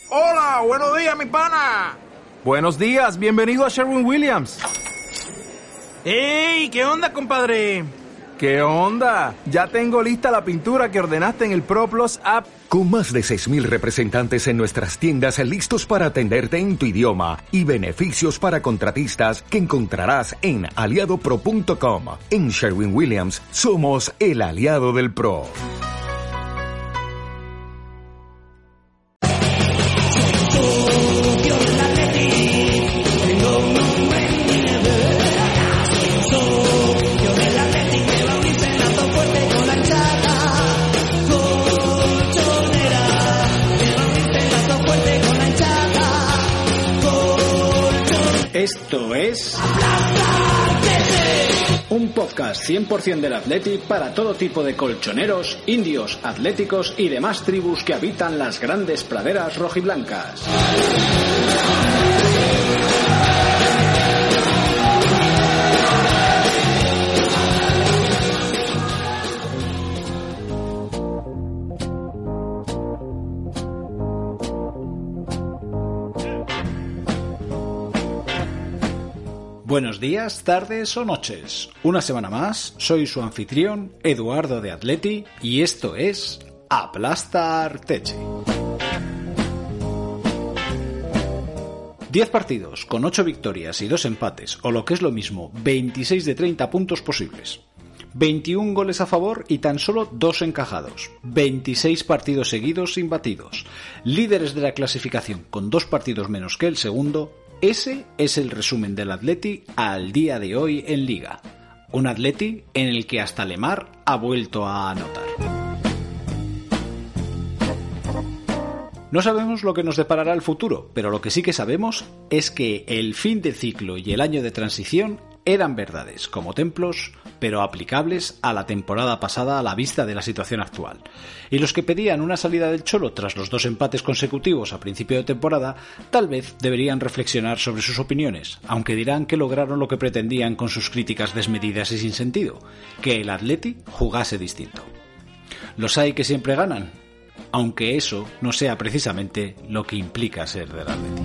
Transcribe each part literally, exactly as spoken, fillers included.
Hola, buenos días, mi pana. Buenos días, bienvenido a Sherwin-Williams. ¡Ey! ¿Qué onda, compadre? ¿Qué onda? Ya tengo lista la pintura que ordenaste en el ProPlus app. Con más de seis mil representantes en nuestras tiendas listos para atenderte en tu idioma y beneficios para contratistas que encontrarás en aliado pro punto com. En Sherwin-Williams somos el aliado del pro. Esto es un podcast cien por ciento del Athletic para todo tipo de colchoneros, indios, atléticos y demás tribus que habitan las grandes praderas rojiblancas. Buenos días, tardes o noches. Una semana más, soy su anfitrión, Eduardo de Atleti, y esto es Aplasta Arteche. diez partidos, con ocho victorias y dos empates, o lo que es lo mismo, veintiséis de treinta puntos posibles. veintiún goles a favor y tan solo dos encajados. veintiséis partidos seguidos sin batidos. Líderes de la clasificación con dos partidos menos que el segundo. Ese es el resumen del Atleti al día de hoy en Liga. Un Atleti en el que hasta Lemar ha vuelto a anotar. No sabemos lo que nos deparará el futuro, pero lo que sí que sabemos es que el fin de ciclo y el año de transición eran verdades, como templos, pero aplicables a la temporada pasada a la vista de la situación actual. Y los que pedían una salida del Cholo tras los dos empates consecutivos a principio de temporada, tal vez deberían reflexionar sobre sus opiniones, aunque dirán que lograron lo que pretendían con sus críticas desmedidas y sin sentido, que el Atleti jugase distinto. Los hay que siempre ganan, aunque eso no sea precisamente lo que implica ser del Atleti.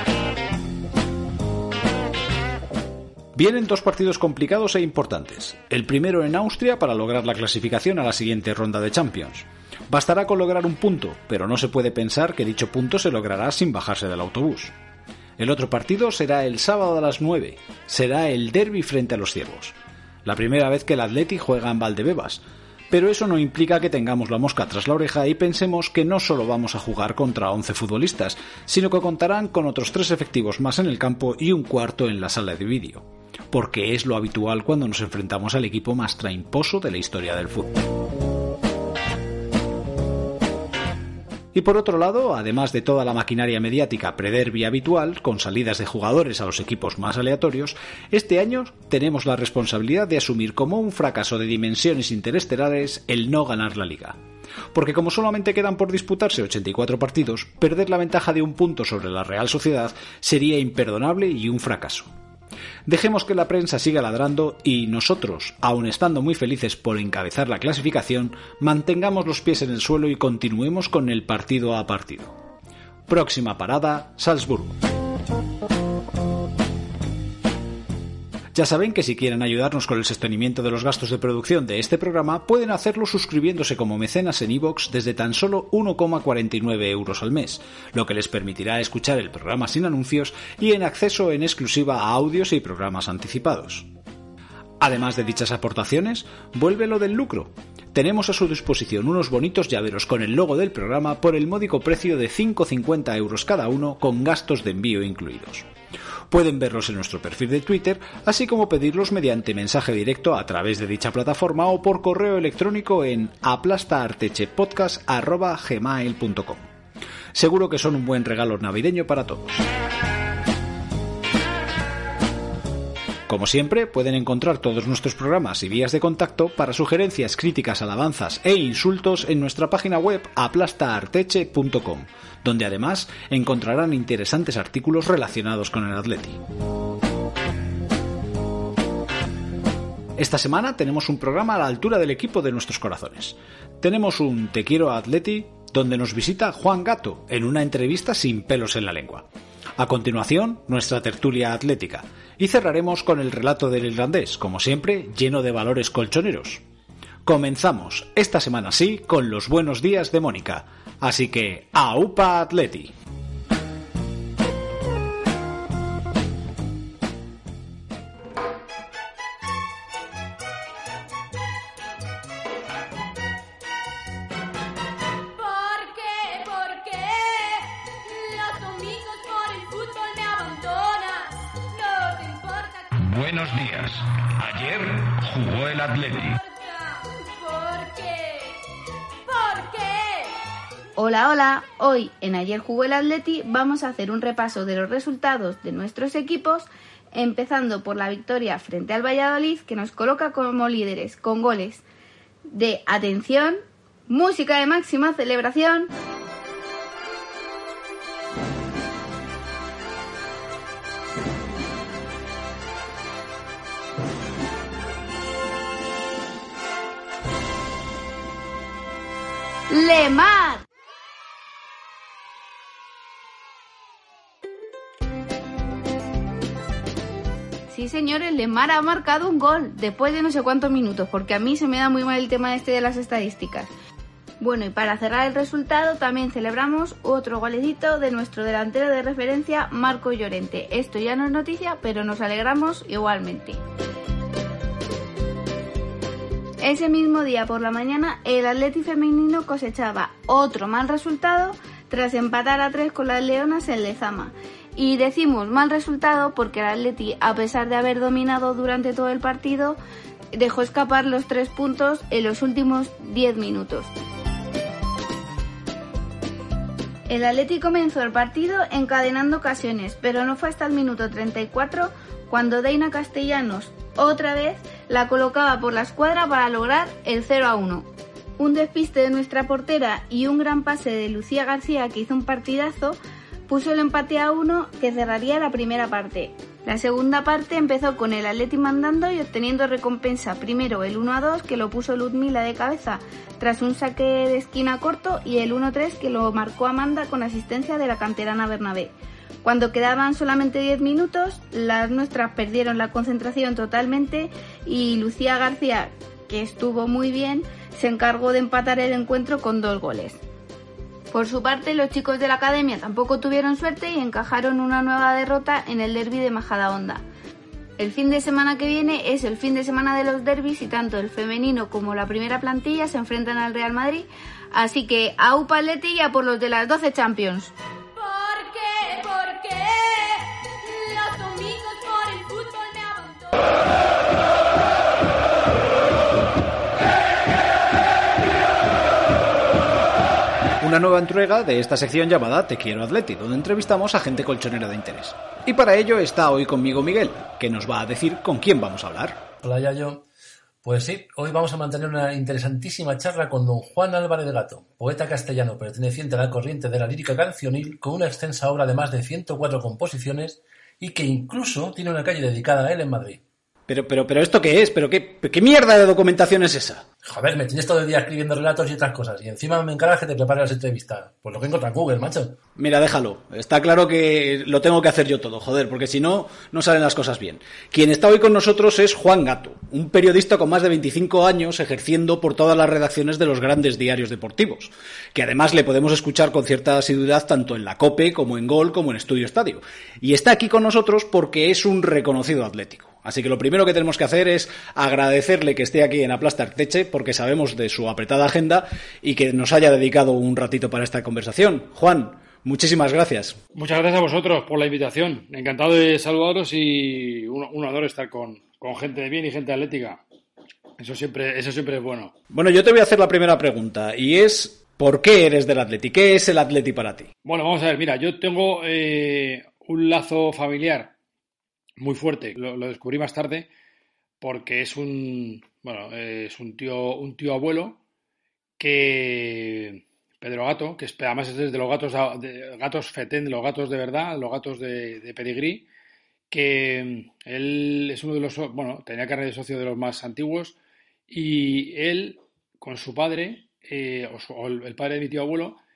Vienen dos partidos complicados e importantes. El primero en Austria para lograr la clasificación a la siguiente ronda de Champions. Bastará con lograr un punto, pero no se puede pensar que dicho punto se logrará sin bajarse del autobús. El otro partido será el sábado a las nueve. Será el derbi frente a los Ciervos. La primera vez que el Atleti juega en Valdebebas. Pero eso no implica que tengamos la mosca tras la oreja y pensemos que no solo vamos a jugar contra once futbolistas, sino que contarán con otros tres efectivos más en el campo y un cuarto en la sala de vídeo. Porque es lo habitual cuando nos enfrentamos al equipo más tramposo de la historia del fútbol. Y por otro lado, además de toda la maquinaria mediática prederbi habitual, con salidas de jugadores a los equipos más aleatorios, este año tenemos la responsabilidad de asumir como un fracaso de dimensiones interestelares el no ganar la Liga. Porque como solamente quedan por disputarse ochenta y cuatro partidos, perder la ventaja de un punto sobre la Real Sociedad sería imperdonable y un fracaso. Dejemos que la prensa siga ladrando y nosotros, aun estando muy felices por encabezar la clasificación, mantengamos los pies en el suelo y continuemos con el partido a partido. Próxima parada, Salzburgo. Ya saben que si quieren ayudarnos con el sostenimiento de los gastos de producción de este programa, pueden hacerlo suscribiéndose como mecenas en iVoox desde tan solo uno coma cuarenta y nueve euros al mes, lo que les permitirá escuchar el programa sin anuncios y en acceso en exclusiva a audios y programas anticipados. Además de dichas aportaciones, vuelve lo del lucro. Tenemos a su disposición unos bonitos llaveros con el logo del programa por el módico precio de cinco coma cincuenta euros cada uno con gastos de envío incluidos. Pueden verlos en nuestro perfil de Twitter, así como pedirlos mediante mensaje directo a través de dicha plataforma o por correo electrónico en aplastaartechepodcast arroba gmail punto com. Seguro que son un buen regalo navideño para todos. Como siempre, pueden encontrar todos nuestros programas y vías de contacto para sugerencias, críticas, alabanzas e insultos en nuestra página web aplastaarteche punto com, donde además encontrarán interesantes artículos relacionados con el Atleti. Esta semana tenemos un programa a la altura del equipo de nuestros corazones. Tenemos un Te quiero Atleti, donde nos visita Juan Gato en una entrevista sin pelos en la lengua. A continuación, nuestra tertulia atlética, y cerraremos con el relato del irlandés, como siempre, lleno de valores colchoneros. Comenzamos, esta semana sí, con los buenos días de Mónica, así que ¡aupa Atleti! Buenos días. Ayer jugó el Atleti. ¿Por qué? ¿Por qué? Hola, hola. Hoy en Ayer jugó el Atleti vamos a hacer un repaso de los resultados de nuestros equipos, empezando por la victoria frente al Valladolid, que nos coloca como líderes con goles de atención, música de máxima celebración. Lemar. Sí, señores, Lemar ha marcado un gol después de no sé cuántos minutos, porque a mí se me da muy mal el tema este de las estadísticas. Bueno, y para cerrar el resultado también celebramos otro golecito de nuestro delantero de referencia, Marco Llorente. Esto ya no es noticia, pero nos alegramos igualmente. Ese mismo día por la mañana, el Atleti femenino cosechaba otro mal resultado tras empatar a tres con las Leonas en Lezama. Y decimos mal resultado porque el Atleti, a pesar de haber dominado durante todo el partido, dejó escapar los tres puntos en los últimos diez minutos. El Atleti comenzó el partido encadenando ocasiones, pero no fue hasta el minuto treinta y cuatro cuando Deina Castellanos, otra vez, la colocaba por la escuadra para lograr el cero a uno. Un despiste de nuestra portera y un gran pase de Lucía García, que hizo un partidazo, puso el empate a uno que cerraría la primera parte. La segunda parte empezó con el Atleti mandando y obteniendo recompensa, primero el uno a dos que lo puso Ludmila de cabeza tras un saque de esquina corto y el uno a tres que lo marcó Amanda con asistencia de la canterana Bernabé. Cuando quedaban solamente diez minutos, las nuestras perdieron la concentración totalmente y Lucía García, que estuvo muy bien, se encargó de empatar el encuentro con dos goles. Por su parte, los chicos de la academia tampoco tuvieron suerte y encajaron una nueva derrota en el derbi de Majadahonda. El fin de semana que viene es el fin de semana de los derbis y tanto el femenino como la primera plantilla se enfrentan al Real Madrid, así que ¡aupa Atleti y a por los de las doce Champions! ¿Por qué? Los domingos por el fútbol me abandonan. Una nueva entrega de esta sección llamada Te quiero Atleti, donde entrevistamos a gente colchonera de interés. Y para ello está hoy conmigo Miguel, que nos va a decir con quién vamos a hablar. Hola Yayo. Pues sí, hoy vamos a mantener una interesantísima charla con don Juan Álvarez Gato, poeta castellano perteneciente a la corriente de la lírica cancionil, con una extensa obra de más de ciento cuatro composiciones y que incluso tiene una calle dedicada a él en Madrid. Pero, pero, pero, ¿esto qué es? ¿Pero qué, qué mierda de documentación es esa? Joder, me tienes todo el día escribiendo relatos y otras cosas, y encima me encargas que te prepares las entrevistas. Pues lo que encuentro en Google, macho. Mira, déjalo. Está claro que lo tengo que hacer yo todo, joder, porque si no, no salen las cosas bien. Quien está hoy con nosotros es Juan Gato, un periodista con más de veinticinco años ejerciendo por todas las redacciones de los grandes diarios deportivos, que además le podemos escuchar con cierta asiduidad tanto en la COPE, como en Gol, como en Estudio Estadio. Y está aquí con nosotros porque es un reconocido atlético. Así que lo primero que tenemos que hacer es agradecerle que esté aquí en Aplasta Arteche, porque sabemos de su apretada agenda y que nos haya dedicado un ratito para esta conversación. Juan, muchísimas gracias. Muchas gracias a vosotros por la invitación. Encantado de saludaros y un, un honor estar con, con gente de bien y gente atlética. Eso siempre, eso siempre es bueno. Bueno, yo te voy a hacer la primera pregunta y es ¿por qué eres del Atleti? ¿Qué es el Atleti para ti? Bueno, vamos a ver. Mira, yo tengo eh, un lazo familiar muy fuerte. Lo, lo descubrí más tarde porque es un, bueno, es un tío, un tío abuelo que Pedro Gato, que es, además es de los gatos, de, gatos fetén, de los gatos de verdad, los gatos de, de pedigrí, que él es uno de los, bueno, tenía carnet de socio de los más antiguos y él con su padre, eh, o, su, o el, el padre de mi tío abuelo,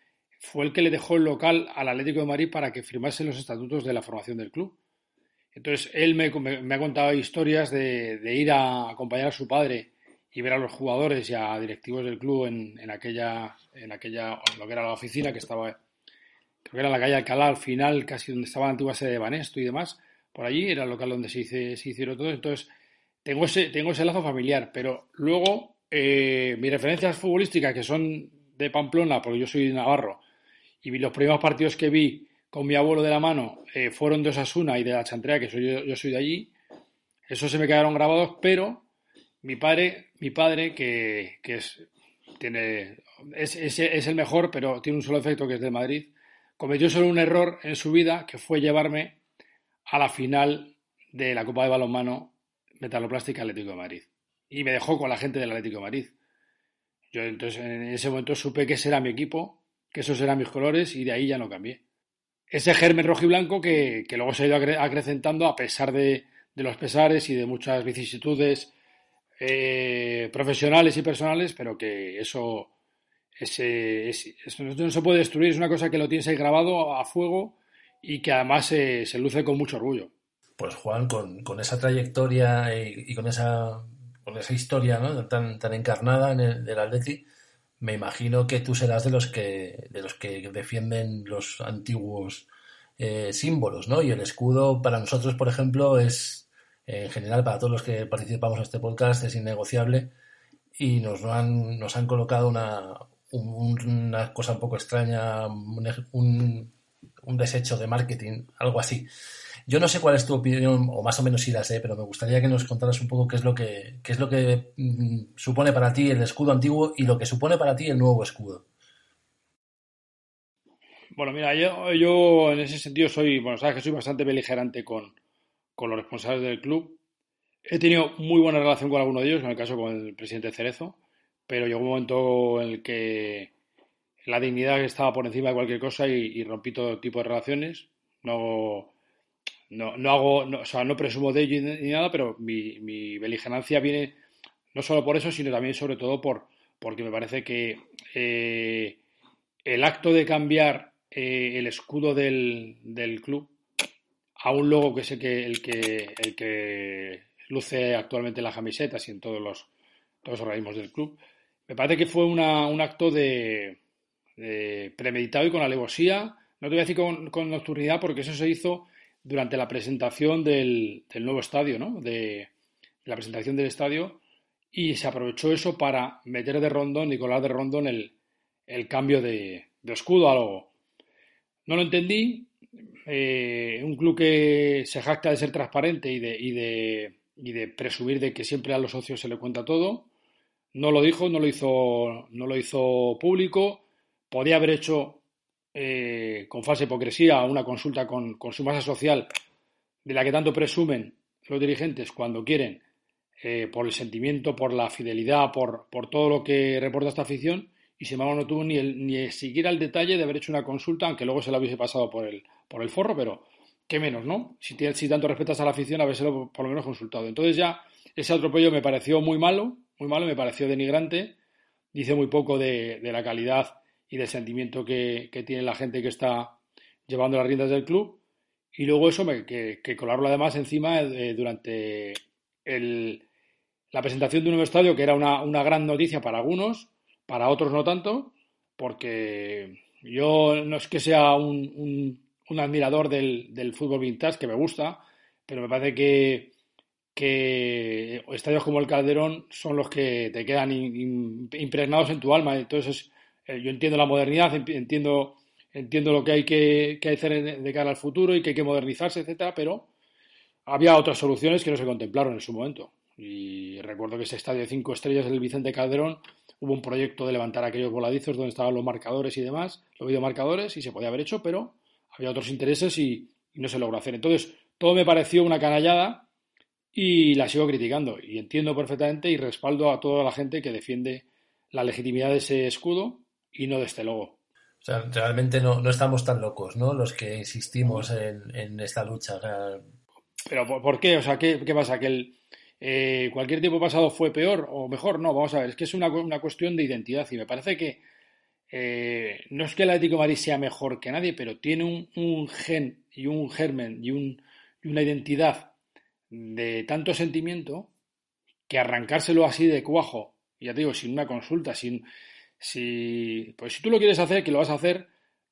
fue el que le dejó el local al Atlético de Madrid para que firmase los estatutos de la formación del club. Entonces, él me, me, me ha contado historias de, de ir a acompañar a su padre y ver a los jugadores y a directivos del club en, en aquella, en aquella, lo que era la oficina, que estaba, creo que era en la calle Alcalá, al final, casi donde estaba la antigua sede de Banesto y demás. Por allí era el local donde se, hice, se hicieron todo. Entonces, tengo ese, tengo ese lazo familiar, pero luego eh, mis referencias futbolísticas, que son de Pamplona, porque yo soy de Navarro, y los primeros partidos que vi con mi abuelo de la mano eh, fueron de Osasuna y de la Chantrea, que soy yo, yo soy de allí. Esos se me quedaron grabados, pero mi padre, mi padre que, que es, tiene, es, es, es el mejor, pero tiene un solo efecto, que es de Madrid, cometió solo un error en su vida, que fue llevarme a la final de la Copa de Balonmano Metaloplástica Atlético de Madrid. Y me dejó con la gente del Atlético de Madrid. Yo entonces en ese momento supe que ese era mi equipo, que esos eran mis colores, y de ahí ya no cambié. Ese germen rojo y blanco que, que luego se ha ido acre- acrecentando a pesar de, de los pesares y de muchas vicisitudes eh, profesionales y personales, pero que eso, ese, es, eso no se puede destruir, es una cosa que lo tienes ahí grabado a fuego y que además se, se luce con mucho orgullo. Pues Juan, con, con esa trayectoria y, y con esa con esa historia, ¿no?, tan, tan encarnada en el del Atleti, me imagino que tú serás de los que de los que defienden los antiguos eh, símbolos, ¿no? Y el escudo para nosotros, por ejemplo, es, en general, para todos los que participamos en este podcast, es innegociable, y nos han, nos han colocado una, un, una cosa un poco extraña, un, un, un desecho de marketing, algo así. Yo no sé cuál es tu opinión, o más o menos sí la sé, pero me gustaría que nos contaras un poco qué es lo que, qué es lo que mm, supone para ti el escudo antiguo y lo que supone para ti el nuevo escudo. Bueno, mira, yo, yo en ese sentido soy, bueno, sabes que soy bastante beligerante con, con los responsables del club. He tenido muy buena relación con alguno de ellos, en el caso con el presidente Cerezo, pero llegó un momento en el que la dignidad estaba por encima de cualquier cosa y, y rompí todo tipo de relaciones. No... No, no hago, no, o sea, no presumo de ello ni nada, pero mi, mi beligerancia viene no solo por eso, sino también sobre todo por porque me parece que eh, el acto de cambiar eh, el escudo del, del club a un logo que es el que, el que, el que luce actualmente en las camisetas y en todos los, todos los organismos del club, me parece que fue una, un acto de, de premeditado y con alevosía. No te voy a decir con, con nocturnidad, porque eso se hizo durante la presentación del, del nuevo estadio, ¿no? De la presentación del estadio, y se aprovechó eso para meter de rondón y colar de rondón el, el cambio de, de escudo a logo. No lo entendí. Eh, un club que se jacta de ser transparente y de, y, de, y de presumir de que siempre a los socios se le cuenta todo, no lo dijo, no lo hizo, no lo hizo público. Podía haber hecho Eh, con falsa hipocresía una consulta con, con su masa social, de la que tanto presumen los dirigentes cuando quieren, eh, por el sentimiento, por la fidelidad, por, por todo lo que reporta esta afición, y sin embargo no tuvo ni, el, ni siquiera el detalle de haber hecho una consulta, aunque luego se la hubiese pasado por el, por el forro, pero qué menos, ¿no? Si, si tanto respetas a la afición, habérselo por lo menos consultado. Entonces ya ese atropello me pareció muy malo, muy malo, me pareció denigrante, dice muy poco de, de la calidad y del sentimiento que, que tiene la gente que está llevando las riendas del club. Y luego eso, me, que, que colarlo además encima eh, durante el, la presentación de un nuevo estadio, que era una, una gran noticia para algunos, para otros no tanto, porque yo no es que sea un, un, un admirador del, del fútbol vintage, que me gusta, pero me parece que, que estadios como el Calderón son los que te quedan in, in, impregnados en tu alma. Entonces yo entiendo la modernidad, entiendo, entiendo lo que hay que, que hacer de cara al futuro y que hay que modernizarse, etcétera, pero había otras soluciones que no se contemplaron en su momento. Y recuerdo que ese estadio de cinco estrellas del Vicente Calderón, hubo un proyecto de levantar aquellos voladizos donde estaban los marcadores y demás, los videomarcadores, y se podía haber hecho, pero había otros intereses y, y no se logró hacer. Entonces, todo me pareció una canallada y la sigo criticando. Y entiendo perfectamente y respaldo a toda la gente que defiende la legitimidad de ese escudo y no de este logo. O sea, realmente no, no estamos tan locos, ¿no?, los que insistimos en, en esta lucha. O sea... ¿Pero por, por qué? O sea, ¿qué, qué pasa? ¿Que el, eh, cualquier tiempo pasado fue peor o mejor? No, vamos a ver, es que es una, una cuestión de identidad y me parece que eh, no es que el Atlético de Madrid sea mejor que nadie, pero tiene un, un gen y un germen y, un, y una identidad de tanto sentimiento que arrancárselo así de cuajo, ya te digo, sin una consulta, sin, si, pues si tú lo quieres hacer, que lo vas a hacer,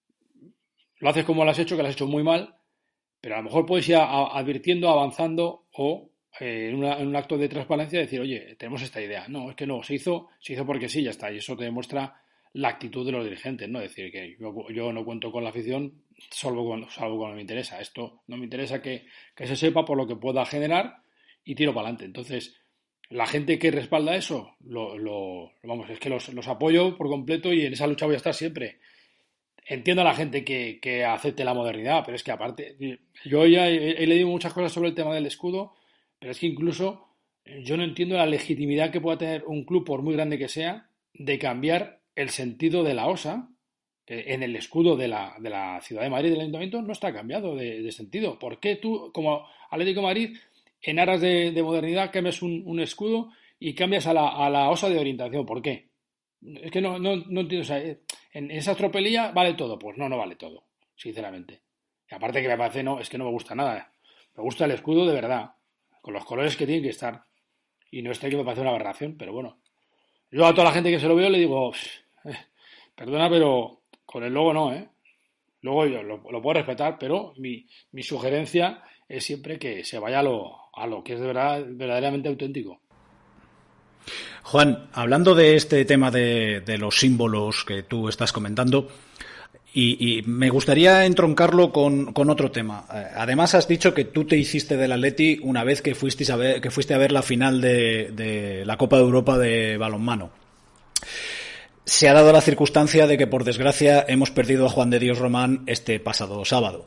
lo haces como lo has hecho, que lo has hecho muy mal, pero a lo mejor puedes ir a, a, advirtiendo, avanzando o eh, en, una, en un acto de transparencia decir, oye, tenemos esta idea. No, es que no, se hizo, se hizo porque sí, ya está. Y eso te demuestra la actitud de los dirigentes, ¿no? Es decir, que yo, yo no cuento con la afición salvo cuando, salvo cuando me interesa. Esto no me interesa que, que se sepa por lo que pueda generar y tiro para adelante. Entonces, la gente que respalda eso, lo, lo vamos, es que los, los apoyo por completo y en esa lucha voy a estar siempre. Entiendo a la gente que, que acepte la modernidad, pero es que aparte, yo ya he, he leído muchas cosas sobre el tema del escudo, pero es que incluso yo no entiendo la legitimidad que pueda tener un club, por muy grande que sea, de cambiar el sentido de la osa, que en el escudo de la, de la Ciudad de Madrid, del Ayuntamiento, no está cambiado de, de sentido. ¿Por qué tú, como Atlético de Madrid, en aras de, de modernidad, cambias un, un escudo y cambias a la, a la osa de orientación? ¿Por qué? Es que no, no, no entiendo. O sea, en esa tropelía vale todo. Pues no, no vale todo, sinceramente. Y aparte que me parece, no, es que no me gusta nada. Me gusta el escudo de verdad, con los colores que tiene que estar. Y no este que me parece una aberración, pero bueno. Yo a toda la gente que se lo veo le digo, eh, perdona, pero con el logo no, ¿eh? Luego yo lo, lo puedo respetar, pero mi, mi sugerencia es siempre que se vaya a lo, a lo que es de verdad, verdaderamente auténtico. Juan, hablando de este tema de, de los símbolos que tú estás comentando, y, y me gustaría entroncarlo con, con otro tema. Además, has dicho que tú te hiciste del Atleti una vez que fuiste a ver, que fuiste a ver la final de, de la Copa de Europa de balonmano. Se ha dado la circunstancia de que, por desgracia, hemos perdido a Juan de Dios Román este pasado sábado.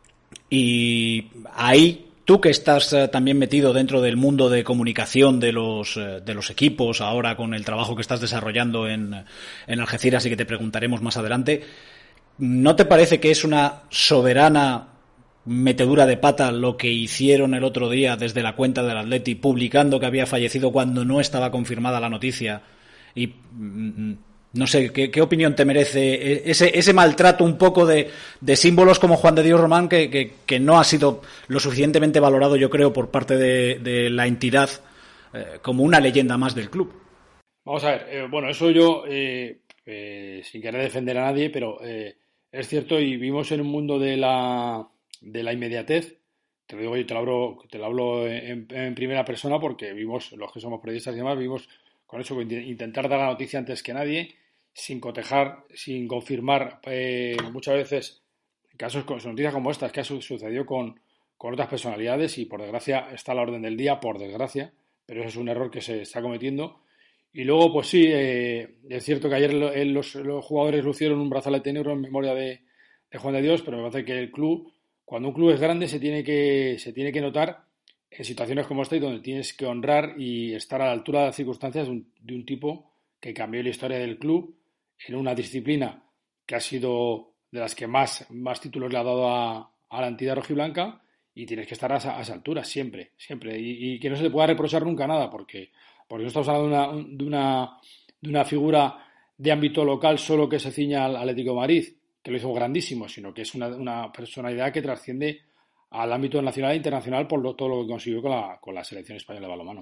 Y ahí, tú que estás uh, también metido dentro del mundo de comunicación de los, uh, de los equipos, ahora con el trabajo que estás desarrollando en, en Algeciras y que te preguntaremos más adelante, ¿no te parece que es una soberana metedura de pata lo que hicieron el otro día desde la cuenta del Atleti, publicando que había fallecido cuando no estaba confirmada la noticia? Y mm, no sé, ¿qué, qué opinión te merece ese, ese maltrato un poco de, de símbolos como Juan de Dios Román que, que, que no ha sido lo suficientemente valorado, yo creo, por parte de, de la entidad eh, como una leyenda más del club? Vamos a ver, eh, bueno, eso yo, eh, eh, sin querer defender a nadie, pero eh, es cierto y vivimos en un mundo de la, de la inmediatez. Te lo digo yo, te lo hablo, te lo hablo en, en primera persona porque vivimos, los que somos periodistas y demás, vivimos con eso, intentar dar la noticia antes que nadie, sin cotejar, sin confirmar eh, muchas veces casos, noticias como estas que ha sucedido con, con otras personalidades y por desgracia está a la orden del día, por desgracia, pero eso es un error que se está cometiendo. Y luego, pues sí, eh, es cierto que ayer los, los jugadores lucieron un brazalete negro en memoria de, de Juan de Dios, pero me parece que el club, cuando un club es grande, se tiene que, se tiene que notar en situaciones como esta y donde tienes que honrar y estar a la altura de las circunstancias de un, de un tipo que cambió la historia del club en una disciplina que ha sido de las que más, más títulos le ha dado a, a la entidad rojiblanca y tienes que estar a esa, a esa altura siempre, siempre y, y que no se te pueda reprochar nunca nada porque, porque no estamos hablando de una, de, una, de una figura de ámbito local solo que se ciña al Atlético de Madrid, que lo hizo grandísimo, sino que es una, una personalidad que trasciende al ámbito nacional e internacional por lo, todo lo que consiguió con la, con la selección española de balonmano.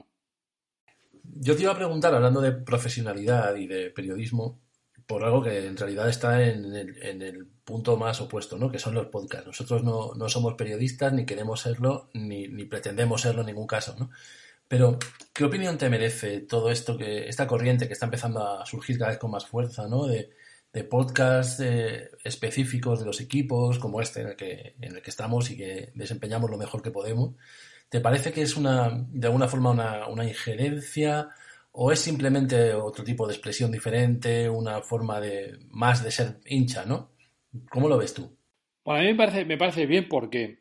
Yo te iba a preguntar, hablando de profesionalidad y de periodismo, por algo que en realidad está en el, en el punto más opuesto, ¿no? Que son los podcasts. Nosotros no, no somos periodistas, ni queremos serlo, ni, ni pretendemos serlo en ningún caso, ¿no? Pero, ¿qué opinión te merece todo esto, que esta corriente que está empezando a surgir cada vez con más fuerza, ¿no? De, de podcasts eh, específicos de los equipos, como este en el que, en el que estamos y que desempeñamos lo mejor que podemos. ¿Te parece que es una, de alguna forma una, una injerencia o es simplemente otro tipo de expresión diferente, una forma de más de ser hincha, ¿no? ¿Cómo lo ves tú? Bueno, a mí me parece, me parece bien porque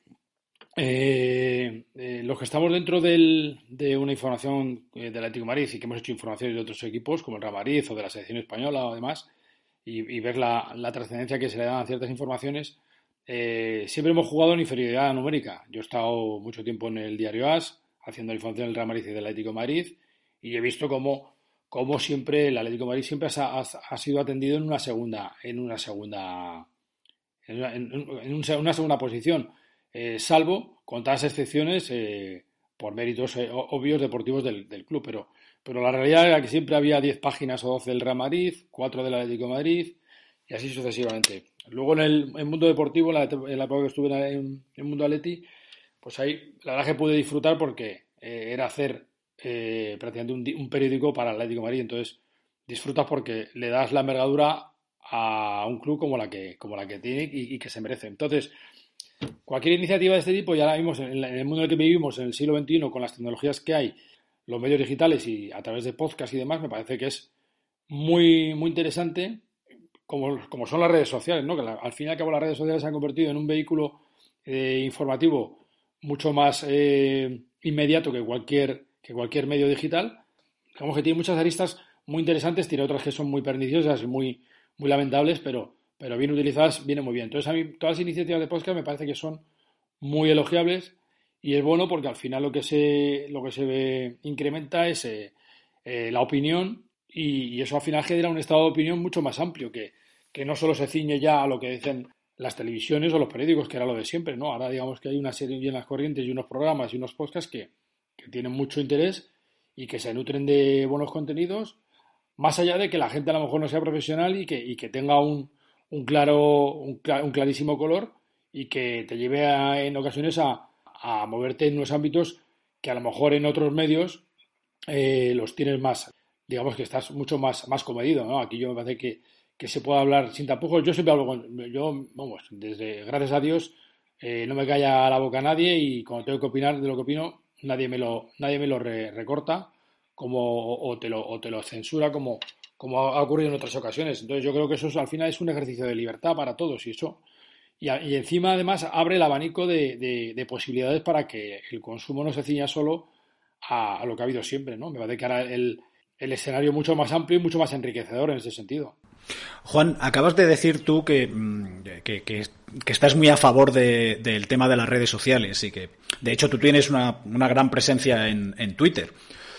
eh, eh, los que estamos dentro del, de una información eh, del Atlético de Madrid y que hemos hecho informaciones de otros equipos como el Real Madrid o de la selección española o demás y, y ver la, la trascendencia que se le dan a ciertas informaciones, eh, siempre hemos jugado en inferioridad numérica. Yo he estado mucho tiempo en el diario A S haciendo la información del Real Madrid y del Atlético de Madrid y he visto cómo, como siempre el Atlético de Madrid siempre ha, ha, ha sido atendido en una segunda, en una segunda, en una, en, en un, una segunda posición, eh, salvo contadas excepciones eh, por méritos eh, obvios deportivos del, del club, pero, pero la realidad era que siempre había diez páginas o doce del Real Madrid, cuatro del Atlético de Madrid y así sucesivamente. Luego en el, en el mundo deportivo, en la, en la época que estuve en, en el mundo Atleti, pues ahí la verdad que pude disfrutar porque eh, era hacer eh, prácticamente un, un periódico para el Atlético de Madrid, entonces disfrutas porque le das la envergadura a un club como la que, como la que tiene y, y que se merece. Entonces, cualquier iniciativa de este tipo, ya la vimos en, en el mundo en el que vivimos, en el siglo veintiuno, con las tecnologías que hay, los medios digitales y a través de podcast y demás, me parece que es muy, muy interesante, como, como son las redes sociales, ¿no? Que la, al fin y al cabo las redes sociales se han convertido en un vehículo eh, informativo mucho más eh, inmediato que cualquier, que cualquier medio digital. Digamos que tiene muchas aristas muy interesantes, tiene otras que son muy perniciosas y muy, muy lamentables, pero, pero bien utilizadas viene muy bien. Entonces a mí todas las iniciativas de podcast me parece que son muy elogiables y es bueno porque al final lo que se, lo que se ve, incrementa es eh, eh, la opinión y, y eso al final genera un estado de opinión mucho más amplio que, que no solo se ciñe ya a lo que dicen las televisiones o los periódicos, que era lo de siempre, ¿no? Ahora digamos que hay una serie bien las corrientes y unos programas y unos podcasts que, que tienen mucho interés y que se nutren de buenos contenidos, más allá de que la gente a lo mejor no sea profesional y que, y que tenga un, un claro, un, un clarísimo color y que te lleve a, en ocasiones a, a moverte en unos ámbitos que a lo mejor en otros medios eh, los tienes más, digamos que estás mucho más, más comedido, ¿no? Aquí yo me parece que que se pueda hablar sin tapujos. Yo siempre hablo con... Yo, vamos, desde gracias a Dios, eh, no me calla la boca a nadie y cuando tengo que opinar de lo que opino, nadie me lo, nadie me lo re, recorta como, o, te lo, o te lo censura como, como ha ocurrido en otras ocasiones. Entonces yo creo que eso es, al final es un ejercicio de libertad para todos y eso... Y, a, y encima, además, abre el abanico de, de, de posibilidades para que el consumo no se ciña solo a, a lo que ha habido siempre, ¿no? Me parece que ahora el, el escenario mucho más amplio y mucho más enriquecedor en ese sentido. Juan, acabas de decir tú que, que, que, que estás muy a favor de, del tema de las redes sociales y que, de hecho, tú tienes una, una gran presencia en, en Twitter.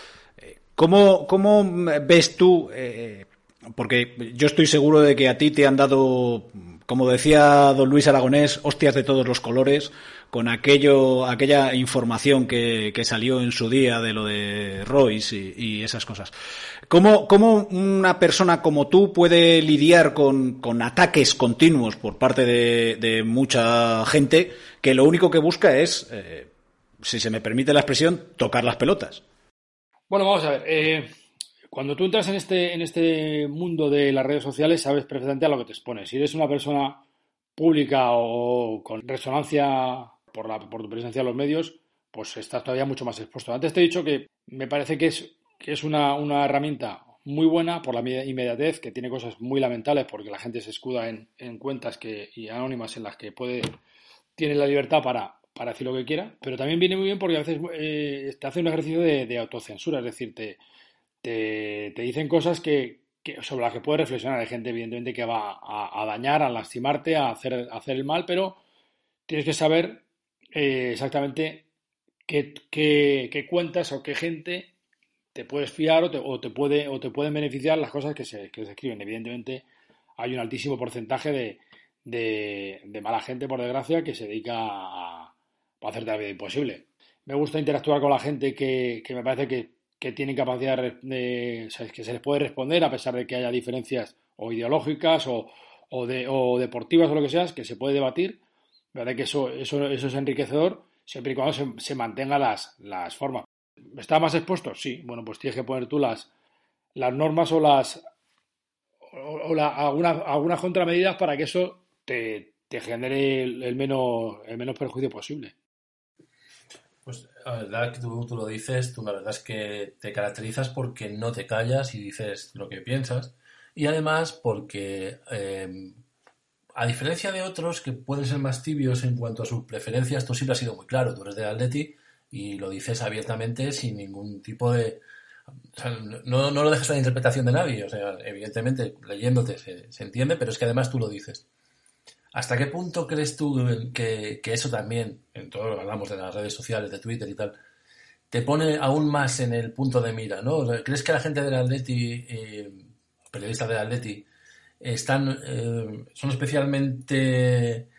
¿Cómo, cómo ves tú? Eh, porque yo estoy seguro de que a ti te han dado, como decía don Luis Aragonés, hostias de todos los colores con aquello, aquella información que, que salió en su día de lo de Royce y, y esas cosas. ¿Cómo, ¿Cómo una persona como tú puede lidiar con, con ataques continuos por parte de, de mucha gente que lo único que busca es, eh, si se me permite la expresión, tocar las pelotas? Bueno, vamos a ver. Eh, cuando tú entras en este, en este mundo de las redes sociales, sabes perfectamente a lo que te expones. Si eres una persona pública o con resonancia por, la, por tu presencia en los medios, pues estás todavía mucho más expuesto. Antes te he dicho que me parece que es, que es una, una herramienta muy buena por la inmediatez, que tiene cosas muy lamentables porque la gente se escuda en, en cuentas que, y anónimas en las que puede tiene la libertad para, para decir lo que quiera, pero también viene muy bien porque a veces eh, te hace un ejercicio de, de autocensura, es decir, te, te, te dicen cosas que, que sobre las que puedes reflexionar. Hay gente, evidentemente, que va a, a dañar, a lastimarte, a hacer, a hacer el mal, pero tienes que saber eh, exactamente qué, qué, qué cuentas o qué gente te puedes fiar o te, o te, puede, o te pueden beneficiar las cosas que se, que se escriben. Evidentemente, hay un altísimo porcentaje de, de, de mala gente, por desgracia, que se dedica a, a hacerte la vida imposible. Me gusta interactuar con la gente que, que me parece que, que tiene capacidad de, de o sea, que se les puede responder a pesar de que haya diferencias o ideológicas o, o, de, o deportivas o lo que sea, que se puede debatir. Me parece que eso, eso, eso es enriquecedor siempre y cuando se, se mantengan las, las formas. ¿Está más expuesto? Sí. Bueno, pues tienes que poner tú las, las normas o las o, o la, alguna, algunas contramedidas para que eso te, te genere el, el, menos, el menos perjuicio posible. Pues la verdad que tú, tú lo dices, tú la verdad es que te caracterizas porque no te callas y dices lo que piensas y además porque eh, a diferencia de otros que pueden ser más tibios en cuanto a sus preferencias, tú siempre has sido muy claro, tú eres del Atleti y lo dices abiertamente sin ningún tipo de... O sea, no, no lo dejas a la interpretación de nadie, o sea, evidentemente leyéndote se, se entiende, pero es que además tú lo dices. ¿Hasta qué punto crees tú que, que eso también, en todo lo que hablamos de las redes sociales, de Twitter y tal, te pone aún más en el punto de mira, ¿no? ¿Crees que la gente del Atleti, eh, periodistas del Atleti, están, eh, son especialmente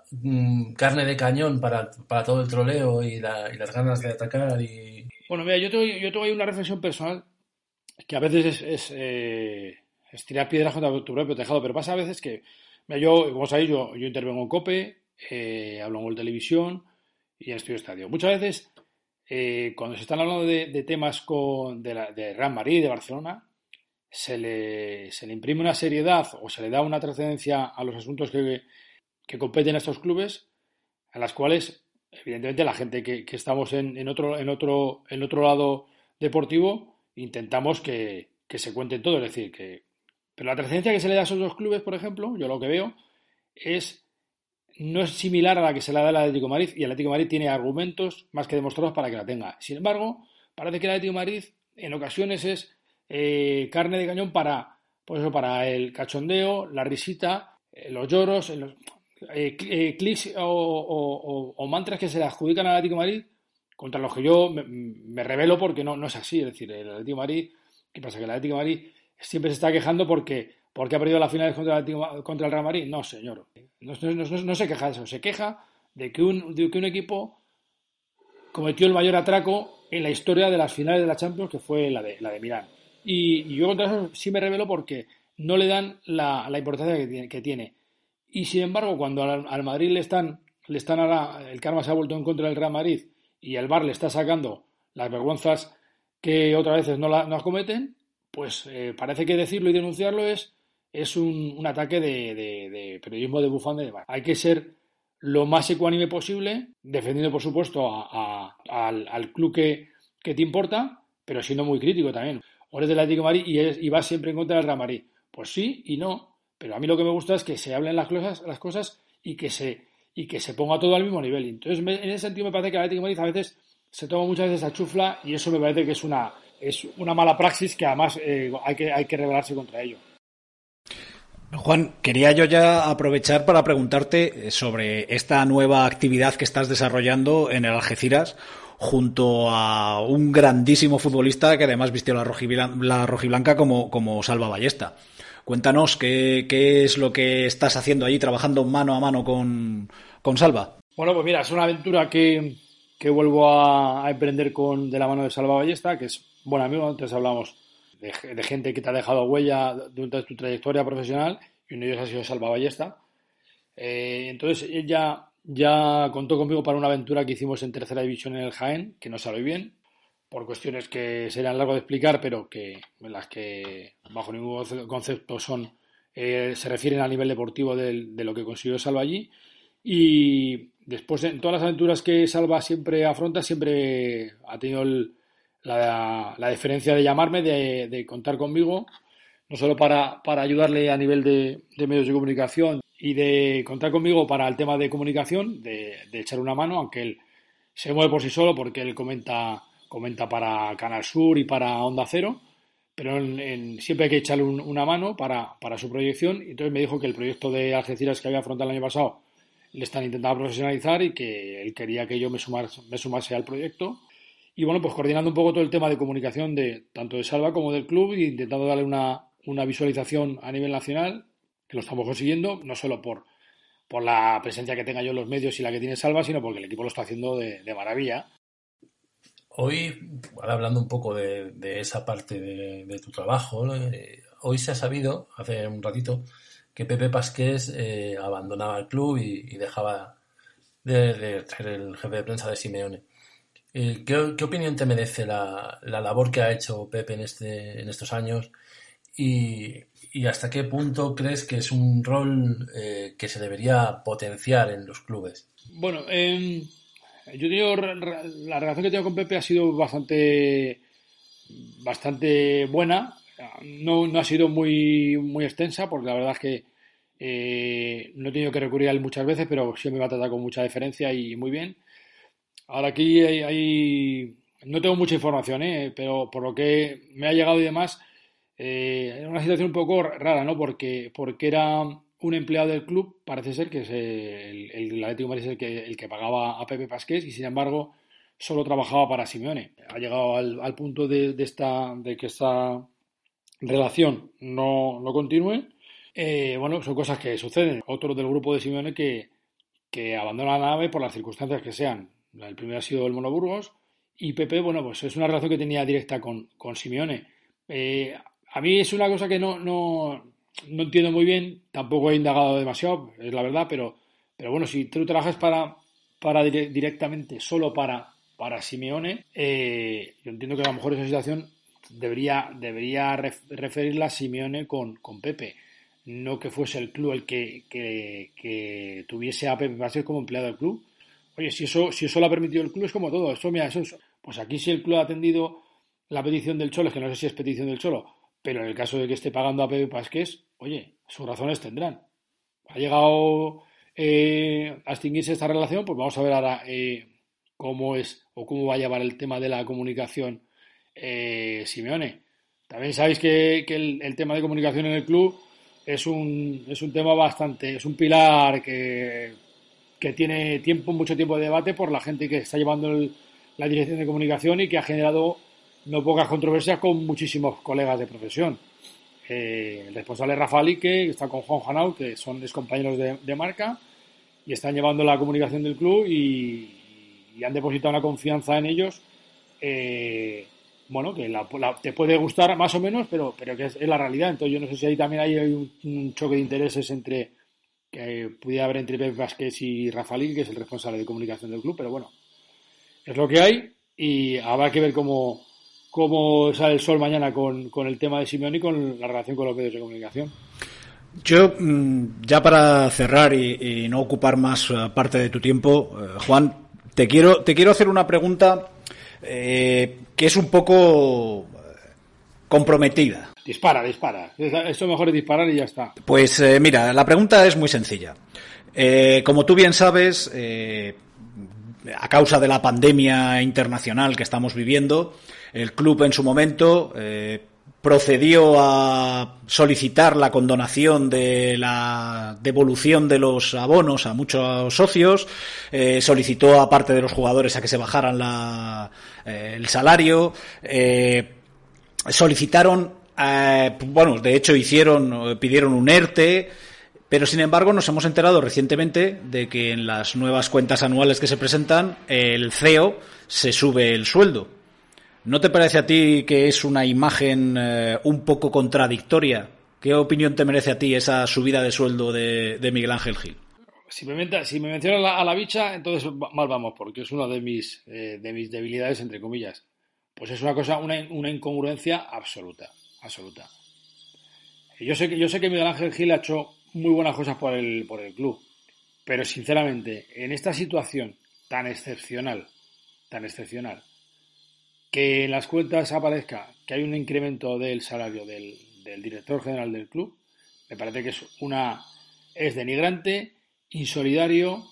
mm, carne de cañón para, para todo el troleo y, la, y las ganas de atacar? Y... Bueno, mira, yo tengo, yo tengo ahí una reflexión personal que a veces es, es, eh, es tirar piedras contra tu propio tejado, pero pasa a veces que, mira, yo, como sabéis, yo, yo intervengo en COPE, eh, hablo en Gol Televisión y en Estudio Estadio. Muchas veces, eh, cuando se están hablando de, de temas con, de, la, de Real Madrid, de Barcelona, se le, se le imprime una seriedad o se le da una trascendencia a los asuntos que, que competen a estos clubes, a las cuales, evidentemente, la gente que, que estamos en, en, otro, en, otro, en otro lado deportivo, intentamos que, que se cuente todo. Es decir, que... Pero la trascendencia que se le da a esos dos clubes, por ejemplo, yo lo que veo, es no es similar a la que se le da al Atlético de Madrid, y el Atlético de Madrid tiene argumentos más que demostrados para que la tenga. Sin embargo, parece que el Atlético de Madrid en ocasiones es Eh, carne de cañón para, pues eso, para el cachondeo, la risita, eh, los lloros, eh, los, eh, eh, clics o, o, o, o mantras que se le adjudican al Atlético de Madrid, contra los que yo me, me rebelo porque no, no es así. Es decir, el Atlético de Madrid, ¿qué pasa? Que el Atlético de Madrid siempre se está quejando porque, porque ha perdido las finales contra el, Atlético, contra el Real Madrid. No, señor. No, no, no, no se queja de eso. Se queja de que un, de que un equipo cometió el mayor atraco en la historia de las finales de la Champions, que fue la de, la de Milán. Y, y yo contra eso sí me revelo porque no le dan la, la importancia que tiene, que tiene. Y sin embargo, cuando al, al Madrid le están, le están ahora, el karma se ha vuelto en contra del Real Madrid y el V A R le está sacando las vergüenzas que otras veces no, la, no las cometen, pues eh, parece que decirlo y denunciarlo es, es un, un ataque de, de, de periodismo de bufanda y demás. Hay que ser lo más ecuánime posible, defendiendo por supuesto a, a, al, al club que, que te importa, pero siendo muy crítico también. O eres del Atlético de Madrid y, es, y vas siempre en contra del Real Madrid. Pues sí y no. Pero a mí lo que me gusta es que se hablen las cosas, las cosas y que se y que se ponga todo al mismo nivel. Entonces, me, en ese sentido me parece que el Atlético de Madrid a veces se toma muchas veces a chufla y eso me parece que es una es una mala praxis que además eh, hay que hay que rebelarse contra ello. Juan, quería yo ya aprovechar para preguntarte sobre esta nueva actividad que estás desarrollando en el Algeciras, junto a un grandísimo futbolista que además vistió la, rojiblan- la rojiblanca como, como Salva Ballesta. Cuéntanos qué, qué es lo que estás haciendo allí, trabajando mano a mano con, con Salva. Bueno, pues mira, es una aventura que, que vuelvo a, a emprender con de la mano de Salva Ballesta, que es buen amigo. Antes hablamos de, de gente que te ha dejado huella durante tu trayectoria profesional y uno de ellos ha sido Salva Ballesta. Eh, entonces ella ya contó conmigo para una aventura que hicimos en tercera división en el Jaén, que no salió bien, por cuestiones que serían largo de explicar, pero que en las que bajo ningún concepto son eh, se refieren al nivel deportivo de, de lo que consiguió Salva allí. Y después, en todas las aventuras que Salva siempre afronta, siempre ha tenido el, la, la deferencia de llamarme, de, de contar conmigo, no solo para, para ayudarle a nivel de, de medios de comunicación y de contar conmigo para el tema de comunicación, de, de echar una mano, aunque él se mueve por sí solo porque él comenta, comenta para Canal Sur y para Onda Cero, pero en, en, siempre hay que echarle un, una mano para, para su proyección. Y entonces me dijo que el proyecto de Algeciras que había afrontado el año pasado le están intentando profesionalizar y que él quería que yo me sumase, me sumase al proyecto. Y bueno, pues coordinando un poco todo el tema de comunicación de tanto de Salva como del club e intentando darle una, una visualización a nivel nacional, que lo estamos consiguiendo, no solo por, por la presencia que tenga yo en los medios y la que tiene Salva, sino porque el equipo lo está haciendo de, de maravilla. Hoy, ahora hablando un poco de, de esa parte de, de tu trabajo, eh, hoy se ha sabido, hace un ratito, que Pepe Pasqués eh, abandonaba el club y, y dejaba de, de ser el jefe de prensa de Simeone. Eh, ¿qué, ¿Qué opinión te merece la, la labor que ha hecho Pepe en, este, en estos años? Y, y hasta qué punto crees que es un rol eh, que se debería potenciar en los clubes? Bueno, eh, yo digo, la relación que tengo con Pepe ha sido bastante bastante buena. No, no ha sido muy, muy extensa, porque la verdad es que eh, no he tenido que recurrir a él muchas veces, pero sí me va a tratar con mucha deferencia y muy bien. Ahora aquí hay, hay no tengo mucha información, ¿eh? Pero por lo que me ha llegado y demás, eh, es una situación un poco rara, ¿no? Porque, porque era un empleado del club, parece ser que es el, el Atlético de Madrid es el que, el que pagaba a Pepe Pasqués, y sin embargo solo trabajaba para Simeone. Ha llegado al, al punto de, de, esta, de que esta relación no, no continúe. Eh, bueno, son cosas que suceden. Otro del grupo de Simeone que, que abandona la nave por las circunstancias que sean. El primero ha sido el Mono Burgos y Pepe, bueno, pues es una relación que tenía directa con, con Simeone. Eh, a mí es una cosa que no, no, no entiendo muy bien, tampoco he indagado demasiado, es la verdad, pero, pero bueno, si tú trabajas para, para dire- directamente solo para, para Simeone, eh, yo entiendo que a lo mejor esa situación debería, debería ref- referirla a Simeone con, con Pepe, no que fuese el club el que, que, que tuviese a Pepe Vázquez como empleado del club. Oye, si eso, si eso lo ha permitido el club, es como todo. Eso, mira, eso, es- pues aquí si el club ha atendido la petición del Cholo, es que no sé si es petición del Cholo, pero en el caso de que esté pagando a Pepe Vázquez, oye, sus razones tendrán. Ha llegado eh, a extinguirse esta relación, pues vamos a ver ahora eh, cómo es o cómo va a llevar el tema de la comunicación eh, Simeone. También sabéis que, que el, el tema de comunicación en el club es un, es un tema bastante, es un pilar que, que tiene tiempo, mucho tiempo de debate por la gente que está llevando el, la dirección de comunicación y que ha generado no pocas controversias con muchísimos colegas de profesión. Eh, el responsable es Rafa Ali, que está con Juan Janau, que son ex compañeros de, de marca y están llevando la comunicación del club y, y han depositado una confianza en ellos. Eh, bueno, que la, la, te puede gustar más o menos, pero, pero que es, es la realidad. Entonces yo no sé si ahí también hay un, un choque de intereses entre que pudiera haber entre Pepe Vázquez y Rafa Ali, que es el responsable de comunicación del club, pero bueno, es lo que hay y habrá que ver cómo, cómo sale el sol mañana con, con el tema de Simeone y con la relación con los medios de comunicación. Yo, ya para cerrar y, y no ocupar más parte de tu tiempo, Juan, te quiero, te quiero hacer una pregunta eh, que es un poco comprometida. Dispara, dispara. Eso mejor es disparar y ya está. Pues eh, mira, la pregunta es muy sencilla. Eh, como tú bien sabes, eh, a causa de la pandemia internacional que estamos viviendo, el club en su momento eh, procedió a solicitar la condonación de la devolución de los abonos a muchos socios, eh, solicitó a parte de los jugadores a que se bajaran la, eh, el salario, eh, solicitaron, eh, bueno, de hecho hicieron, pidieron un ERTE. Pero, sin embargo, nos hemos enterado recientemente de que en las nuevas cuentas anuales que se presentan, el C E O se sube el sueldo. ¿No te parece a ti que es una imagen eh, un poco contradictoria? ¿Qué opinión te merece a ti esa subida de sueldo de, de Miguel Ángel Gil? Si me, si me mencionas a la, a la bicha, entonces mal vamos, porque es una de mis, eh, de mis debilidades, entre comillas. Pues es una cosa, una, una incongruencia absoluta, absoluta. Yo sé que, yo sé que Miguel Ángel Gil ha hecho muy buenas cosas por el, por el club. Pero, sinceramente, en esta situación tan excepcional, tan excepcional, que en las cuentas aparezca que hay un incremento del salario del, del director general del club, me parece que es una es denigrante, insolidario,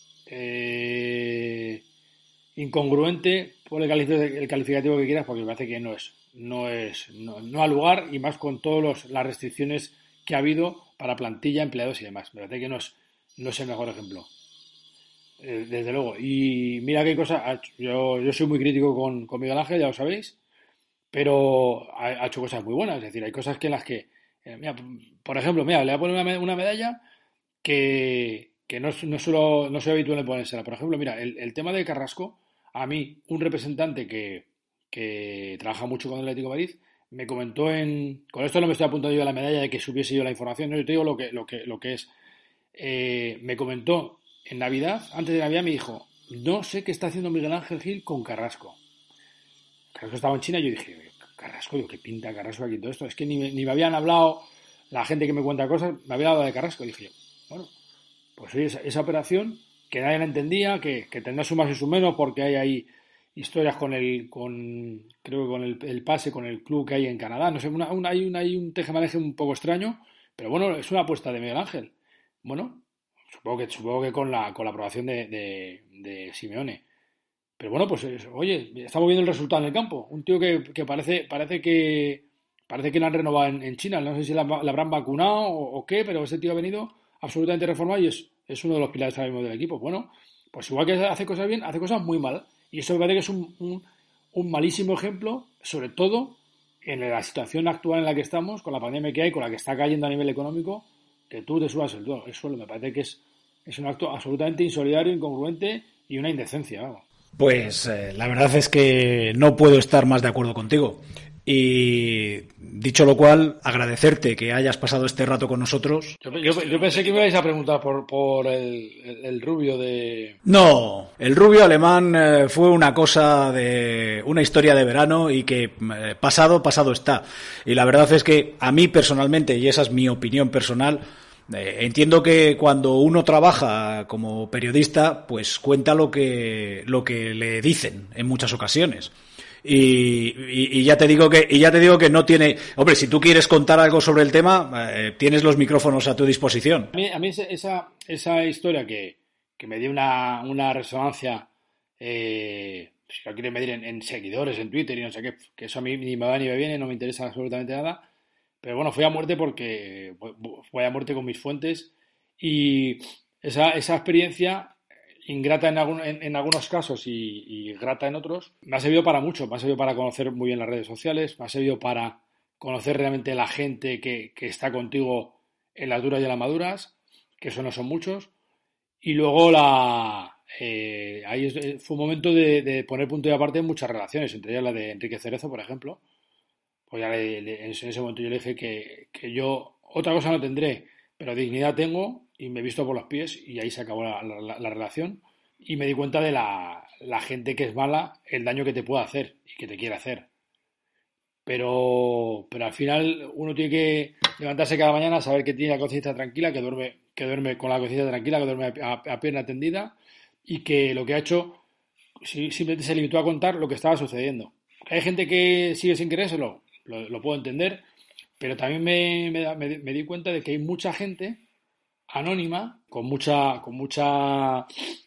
eh, incongruente, por el calificativo, el calificativo que quieras, porque me parece que no es, no es, no, no ha lugar, y más con todas las restricciones que ha habido para plantilla, empleados y demás. Me parece que no es, no es el mejor ejemplo. Eh, desde luego. Y mira qué cosa. Yo, yo soy muy crítico con, con Miguel Ángel, ya lo sabéis, pero ha, ha hecho cosas muy buenas. Es decir, hay cosas que en las que. Eh, mira, por ejemplo, mira, le voy a poner una, una medalla que, que no, no, suelo, no soy habitual en ponérsela. Por ejemplo, mira, el, el tema de Carrasco, a mí, un representante que, que trabaja mucho con el Atlético de Madrid, me comentó en... Con esto no me estoy apuntando yo a la medalla de que supiese yo la información, no, yo te digo lo que, lo que, lo que es. Eh, me comentó en Navidad, antes de Navidad me dijo, no sé qué está haciendo Miguel Ángel Gil con Carrasco. Carrasco estaba en China y yo dije, Carrasco, yo, ¿qué pinta Carrasco aquí todo esto? Es que ni me, ni me habían hablado, la gente que me cuenta cosas, me había hablado de Carrasco. Y dije yo, bueno, pues oye, esa, esa operación que nadie la entendía, que, que tendrá su más y su menos porque hay ahí historias con el, con creo que con el, el pase, con el club que hay en Canadá, no sé, una, una, hay, una, hay un tejemaneje un poco extraño, pero bueno, es una apuesta de Miguel Ángel. Bueno, supongo que supongo que con la con la aprobación de, de, de Simeone. Pero bueno, pues oye, estamos viendo el resultado en el campo. Un tío que, que parece parece que parece que lo han renovado en, en China. No sé si la, la habrán vacunado o, o qué, pero ese tío ha venido absolutamente reformado y es, es uno de los pilares ahora mismo del equipo. Bueno, pues igual que hace cosas bien, hace cosas muy mal. Y eso me parece que es un, un, un malísimo ejemplo, sobre todo en la situación actual en la que estamos, con la pandemia que hay, con la que está cayendo a nivel económico, que tú te subas el, el suelo. Me parece que es, es un acto absolutamente insolidario, incongruente y una indecencia, vamos. Pues eh, la verdad es que no puedo estar más de acuerdo contigo. Y dicho lo cual, agradecerte que hayas pasado este rato con nosotros. Yo, yo, yo pensé que me ibais a preguntar por, por el, el, el rubio de... No, el rubio alemán eh, fue una cosa de... una historia de verano y que eh, pasado, pasado está. Y la verdad es que a mí personalmente, y esa es mi opinión personal, eh, entiendo que cuando uno trabaja como periodista, pues cuenta lo que, lo que le dicen en muchas ocasiones. Y, y, y ya te digo que y ya te digo que no tiene, hombre, si tú quieres contar algo sobre el tema, eh, tienes los micrófonos a tu disposición. A mí, a mí esa esa historia que, que me dio una, una resonancia, eh, si lo quieren medir en, en seguidores, en Twitter y no sé qué, que eso a mí ni me va ni me viene, no me interesa absolutamente nada, pero bueno, fui a muerte porque fui a muerte con mis fuentes y esa, esa experiencia, ingrata en, algún, en, en algunos casos y, y grata en otros, me ha servido para mucho, me ha servido para conocer muy bien las redes sociales, me ha servido para conocer realmente la gente que, que está contigo en las duras y en las maduras, que eso no son muchos, y luego la eh, ahí es, fue un momento de, de poner punto y aparte en muchas relaciones, entre ellas la de Enrique Cerezo, por ejemplo, pues ya le, le, en ese momento yo le dije que, que yo otra cosa no tendré, pero dignidad tengo y me he visto por los pies y ahí se acabó la, la, la relación y me di cuenta de la, la gente que es mala, el daño que te puede hacer y que te quiere hacer. Pero, pero al final uno tiene que levantarse cada mañana, saber que tiene la conciencia tranquila, que duerme, que duerme con la conciencia tranquila, que duerme a, a pierna tendida y que lo que ha hecho simplemente se limitó a contar lo que estaba sucediendo. Hay gente que sigue sin querérselo, lo, lo puedo entender, pero también me, me, me di cuenta de que hay mucha gente anónima, con mucha, con mucha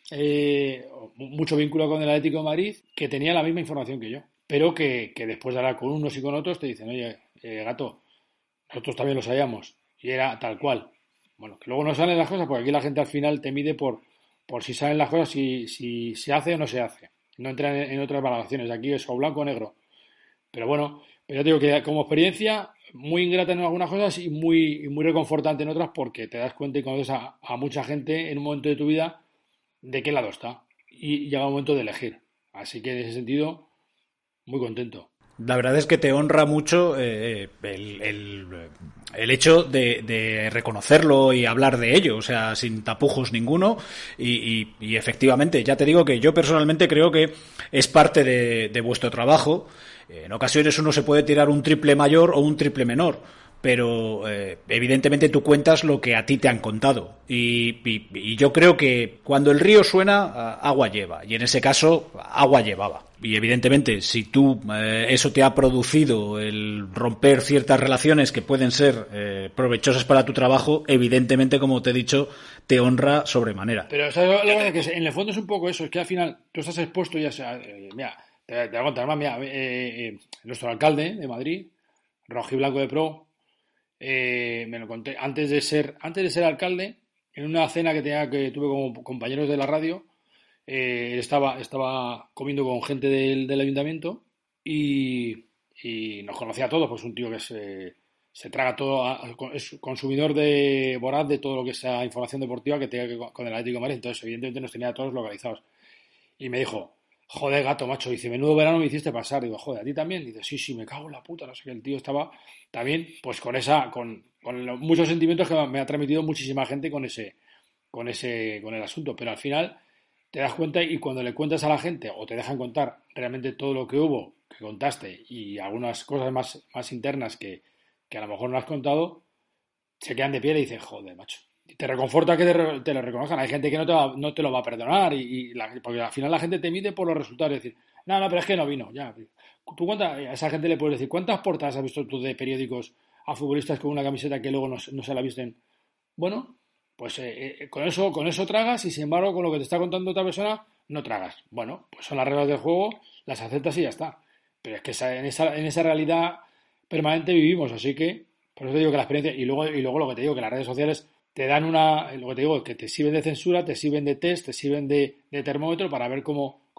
eh, mucho vínculo con el Atlético de Madrid, que tenía la misma información que yo, pero que, que después de hablar con unos y con otros te dicen, oye, eh, gato, nosotros también lo sabíamos, y era tal cual. Bueno, que luego no salen las cosas, porque aquí la gente al final te mide por, por si salen las cosas, si, si se hace o no se hace. No entran en, en otras valoraciones, aquí es o blanco o negro. Pero bueno, pero yo te digo que como experiencia muy ingrata en algunas cosas y muy, y muy reconfortante en otras, porque te das cuenta y conoces a, a mucha gente en un momento de tu vida de qué lado está y llega un momento de elegir. Así que en ese sentido, muy contento. La verdad es que te honra mucho eh, el, el, el hecho de, de reconocerlo y hablar de ello, o sea, sin tapujos ninguno y, y, y efectivamente, ya te digo que yo personalmente creo que es parte de, de vuestro trabajo. En ocasiones uno se puede tirar un triple mayor o un triple menor, pero eh, evidentemente tú cuentas lo que a ti te han contado y, y, y yo creo que cuando el río suena, agua lleva, y en ese caso agua llevaba. Y evidentemente si tú eh, eso te ha producido el romper ciertas relaciones que pueden ser eh, provechosas para tu trabajo, evidentemente, como te he dicho, te honra sobremanera. Pero ¿sabes? La verdad es que en el fondo es un poco eso, es que al final tú estás expuesto ya sea, eh, mira, te, te voy a contar más, mira, eh, eh, nuestro alcalde de Madrid, rojiblanco de pro, eh, me lo conté antes de ser antes de ser alcalde, en una cena que tenía que tuve como compañeros de la radio, eh, estaba estaba comiendo con gente del, del ayuntamiento y, y nos conocía a todos, pues un tío que se, se traga todo, es consumidor de voraz de todo lo que sea información deportiva que tenga que con el Atlético de Madrid, entonces evidentemente nos tenía a todos localizados y me dijo, joder, gato, macho, dice, menudo verano me hiciste pasar. Digo, joder, ¿a ti también? Dice, sí, sí, me cago en la puta. No sé qué, el tío estaba también, pues con esa, con, con los, muchos sentimientos que me ha transmitido muchísima gente con ese, con ese, con el asunto. Pero al final te das cuenta y cuando le cuentas a la gente o te dejan contar realmente todo lo que hubo, que contaste y algunas cosas más, más internas que, que a lo mejor no has contado, se quedan de pie y dicen, joder, macho. Y te reconforta que te, te lo reconozcan. Hay gente que no te, va, no te lo va a perdonar y, y la, porque al final la gente te mide por los resultados. Es decir, no, no, pero es que no vino. Ya. ¿Tú cuánta, a esa gente le puedes decir, ¿cuántas portadas has visto tú de periódicos a futbolistas con una camiseta que luego no, no se la visten? Bueno, pues eh, eh, con eso con eso tragas y sin embargo con lo que te está contando otra persona no tragas. Bueno, pues son las reglas del juego, las aceptas y ya está. Pero es que esa, en, esa, en esa realidad permanente vivimos, así que por eso te digo que la experiencia, y luego, y luego lo que te digo, que las redes sociales te dan una, lo que te digo, que te sirven de censura, te sirven de test, te sirven de, de termómetro para ver cómo,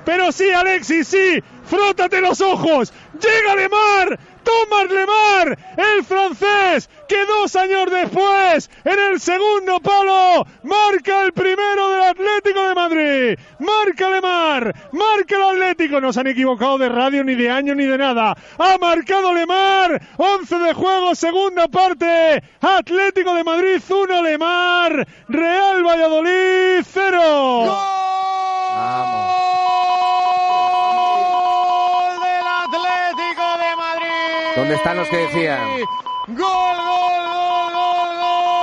pero sí, Alexis, sí, frótate los ojos, llega Lemar, Thomas Lemar, el francés, que dos años después, en el segundo palo, marca el primero del Atlético de Madrid, marca Lemar, marca el Atlético, no se han equivocado de radio, ni de año, ni de nada, ha marcado Lemar, once de juego, segunda parte, Atlético de Madrid uno, Lemar, Real Valladolid cero. ¡Vamos! ¿Dónde están los que decían? ¡Gol, gol, gol, gol,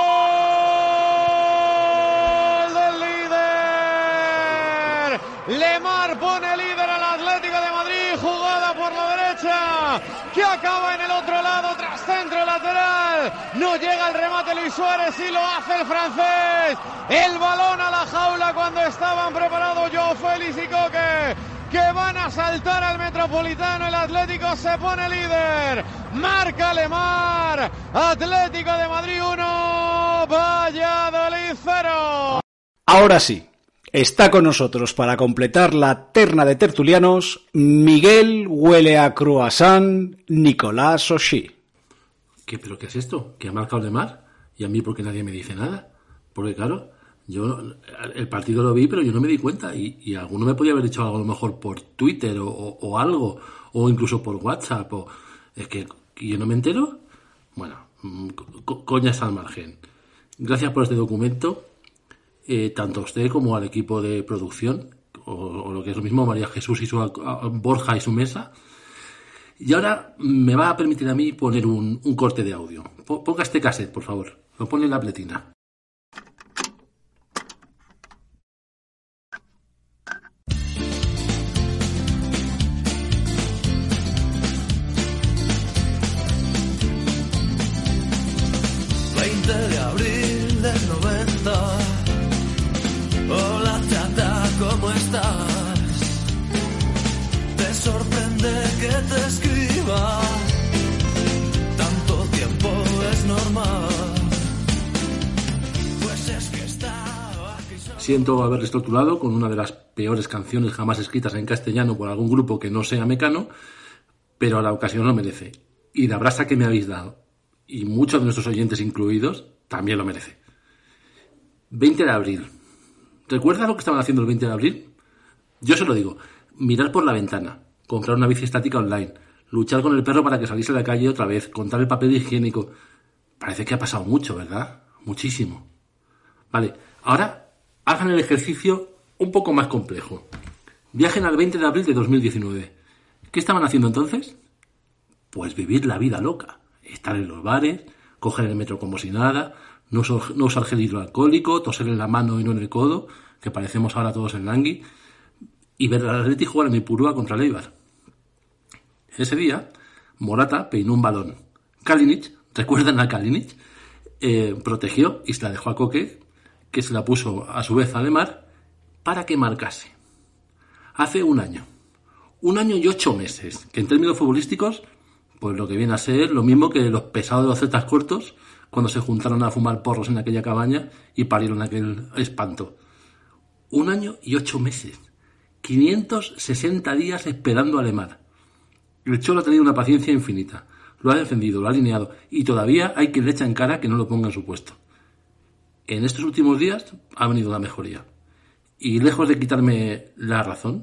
gol del líder! Lemar pone líder al Atlético de Madrid, jugada por la derecha, que acaba en el otro lado, tras centro lateral. No llega el remate Luis Suárez y lo hace el francés. El balón a la jaula cuando estaban preparados Joao Félix y Coque, que van a saltar al Metropolitano. El Atlético se pone líder, marca Lemar, Atlético de Madrid uno, Valladolid cero. Ahora sí, está con nosotros para completar la terna de tertulianos Miguel Huele a Croissant Nicolás Oshí. ¿Qué, pero qué es esto? ¿Que ha marcado Lemar? ¿Y a mí porque nadie me dice nada? Porque claro, yo el partido lo vi, pero yo no me di cuenta, y, y alguno me podía haber dicho algo a lo mejor por Twitter o, o, o algo, o incluso por WhatsApp, o es que yo no me entero. Bueno, co- coñas al margen. Gracias por este documento, eh, tanto a usted como al equipo de producción, o, o lo que es lo mismo, María Jesús y su a, Borja y su mesa. Y ahora me va a permitir a mí poner un, un corte de audio. Ponga este cassette, por favor. Lo pone en la pletina. veinte de abril del noventa. Hola chata, ¿cómo estás? Te sorprende que te escriba. Tanto tiempo es normal. Pues es que estaba aquí solo. Siento haber restotulado con una de las peores canciones jamás escritas en castellano por algún grupo que no sea Mecano, pero a la ocasión lo merece. Y la brasa que me habéis dado, y muchos de nuestros oyentes incluidos, también lo merece. veinte de abril. ¿Recuerdas lo que estaban haciendo el veinte de abril? Yo se lo digo. Mirar por la ventana, comprar una bici estática online, luchar con el perro para que saliese a la calle otra vez, contar el papel higiénico. Parece que ha pasado mucho, ¿verdad? Muchísimo. Vale, ahora hagan el ejercicio un poco más complejo. Viajen al veinte de abril de dos mil diecinueve. ¿Qué estaban haciendo entonces? Pues vivir la vida loca. Estar en los bares, coger el metro como si nada, no, usar, no usar gel hidroalcohólico, toser en la mano y no en el codo, que parecemos ahora todos en Langui, y ver al Atleti jugar en Ipurúa contra el Eibar. Ese día, Morata peinó un balón. Kalinic, ¿recuerdan a Kalinic? Eh, protegió y se la dejó a Coque, que se la puso a su vez a Lemar, para que marcase. Hace un año. Un año y ocho meses, que en términos futbolísticos, pues lo que viene a ser lo mismo que los pesados de los zetas cortos cuando se juntaron a fumar porros en aquella cabaña y parieron aquel espanto. Un año y ocho meses. quinientos sesenta días esperando a Lemar. El Cholo ha tenido una paciencia infinita. Lo ha defendido, lo ha alineado, y todavía hay quien le echa en cara que no lo ponga en su puesto. En estos últimos días ha venido la mejoría. Y lejos de quitarme la razón,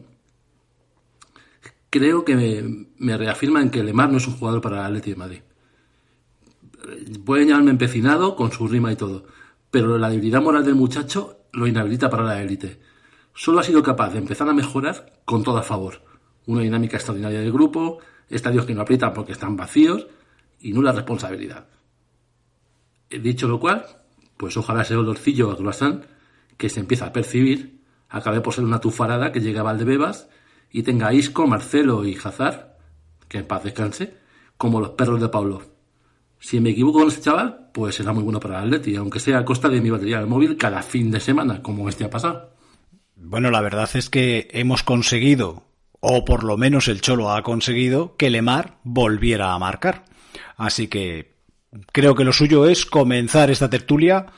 creo que me, me reafirman que Lemar no es un jugador para el Atleti de Madrid. Pueden llamarme empecinado con su rima y todo, pero la debilidad moral del muchacho lo inhabilita para la élite. Solo ha sido capaz de empezar a mejorar con todo a favor. Una dinámica extraordinaria del grupo, estadios que no aprietan porque están vacíos y nula responsabilidad. Dicho lo cual, pues ojalá ese olorcillo a croissant que se empieza a percibir acabe por ser una tufarada que llegue a Valdebebas y tenga a Isco, Marcelo y Hazard, que en paz descanse, como los perros de Pablo. Si me equivoco con ese chaval, pues será muy bueno para el Atleti, aunque sea a costa de mi batería del móvil cada fin de semana, como este ha pasado. Bueno, la verdad es que hemos conseguido, o por lo menos el Cholo ha conseguido, que Lemar volviera a marcar. Así que creo que lo suyo es comenzar esta tertulia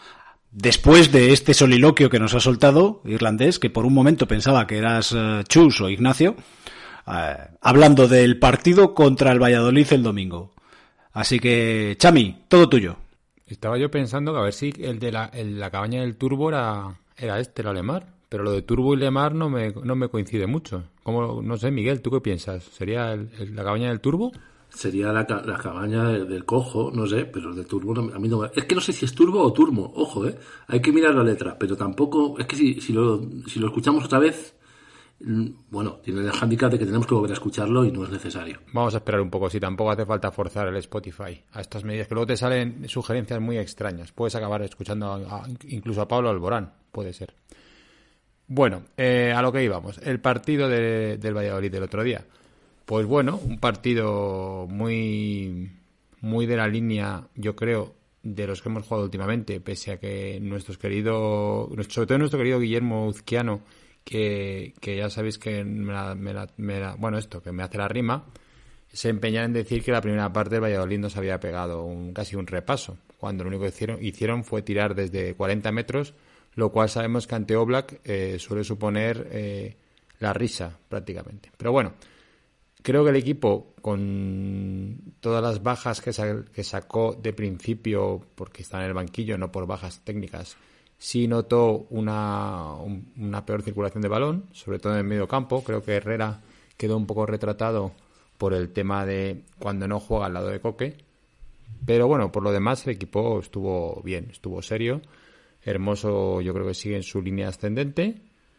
después de este soliloquio que nos ha soltado, irlandés, que por un momento pensaba que eras uh, Chus o Ignacio, uh, hablando del partido contra el Valladolid el domingo. Así que, Chami, todo tuyo. Estaba yo pensando que a ver si el de la, el, la cabaña del Turbo era, era este, era Lemar. Pero lo de Turbo y Lemar no me, no me coincide mucho. ¿Cómo, no sé, Miguel, ¿tú qué piensas? ¿Sería el, el, la cabaña del Turbo? Sería la, la cabaña del, del Cojo, no sé, pero el del Turbo no, a mí no me... Es que no sé si es Turbo o Turmo, ojo, ¿eh? Hay que mirar la letra, pero tampoco... Es que si, si, lo, si lo escuchamos otra vez, bueno, tiene el hándicap de que tenemos que volver a escucharlo y no es necesario. Vamos a esperar un poco, si tampoco hace falta forzar el Spotify a estas medidas, que luego te salen sugerencias muy extrañas. Puedes acabar escuchando a, a, incluso a Pablo Alborán, puede ser. Bueno, eh, a lo que íbamos. El partido de, del Valladolid del otro día. Pues bueno, un partido muy, muy de la línea, yo creo, de los que hemos jugado últimamente, pese a que nuestros queridos, sobre todo nuestro querido Guillermo Uzquiano, que, que ya sabéis que me la, me la, me la, bueno, esto, que me hace la rima, se empeñan en decir que la primera parte del Valladolid nos había pegado un, casi un repaso, cuando lo único que hicieron, hicieron fue tirar desde cuarenta metros, lo cual sabemos que ante Oblak eh, suele suponer eh, la risa prácticamente. Pero bueno, creo que el equipo, con todas las bajas que, sa- que sacó de principio, porque está en el banquillo, no por bajas técnicas, sí notó una, un, una peor circulación de balón, sobre todo en el medio campo. Creo que Herrera quedó un poco retratado por el tema de cuando no juega al lado de Coque. Pero bueno, por lo demás el equipo estuvo bien, estuvo serio. Hermoso, yo creo que sigue en su línea ascendente.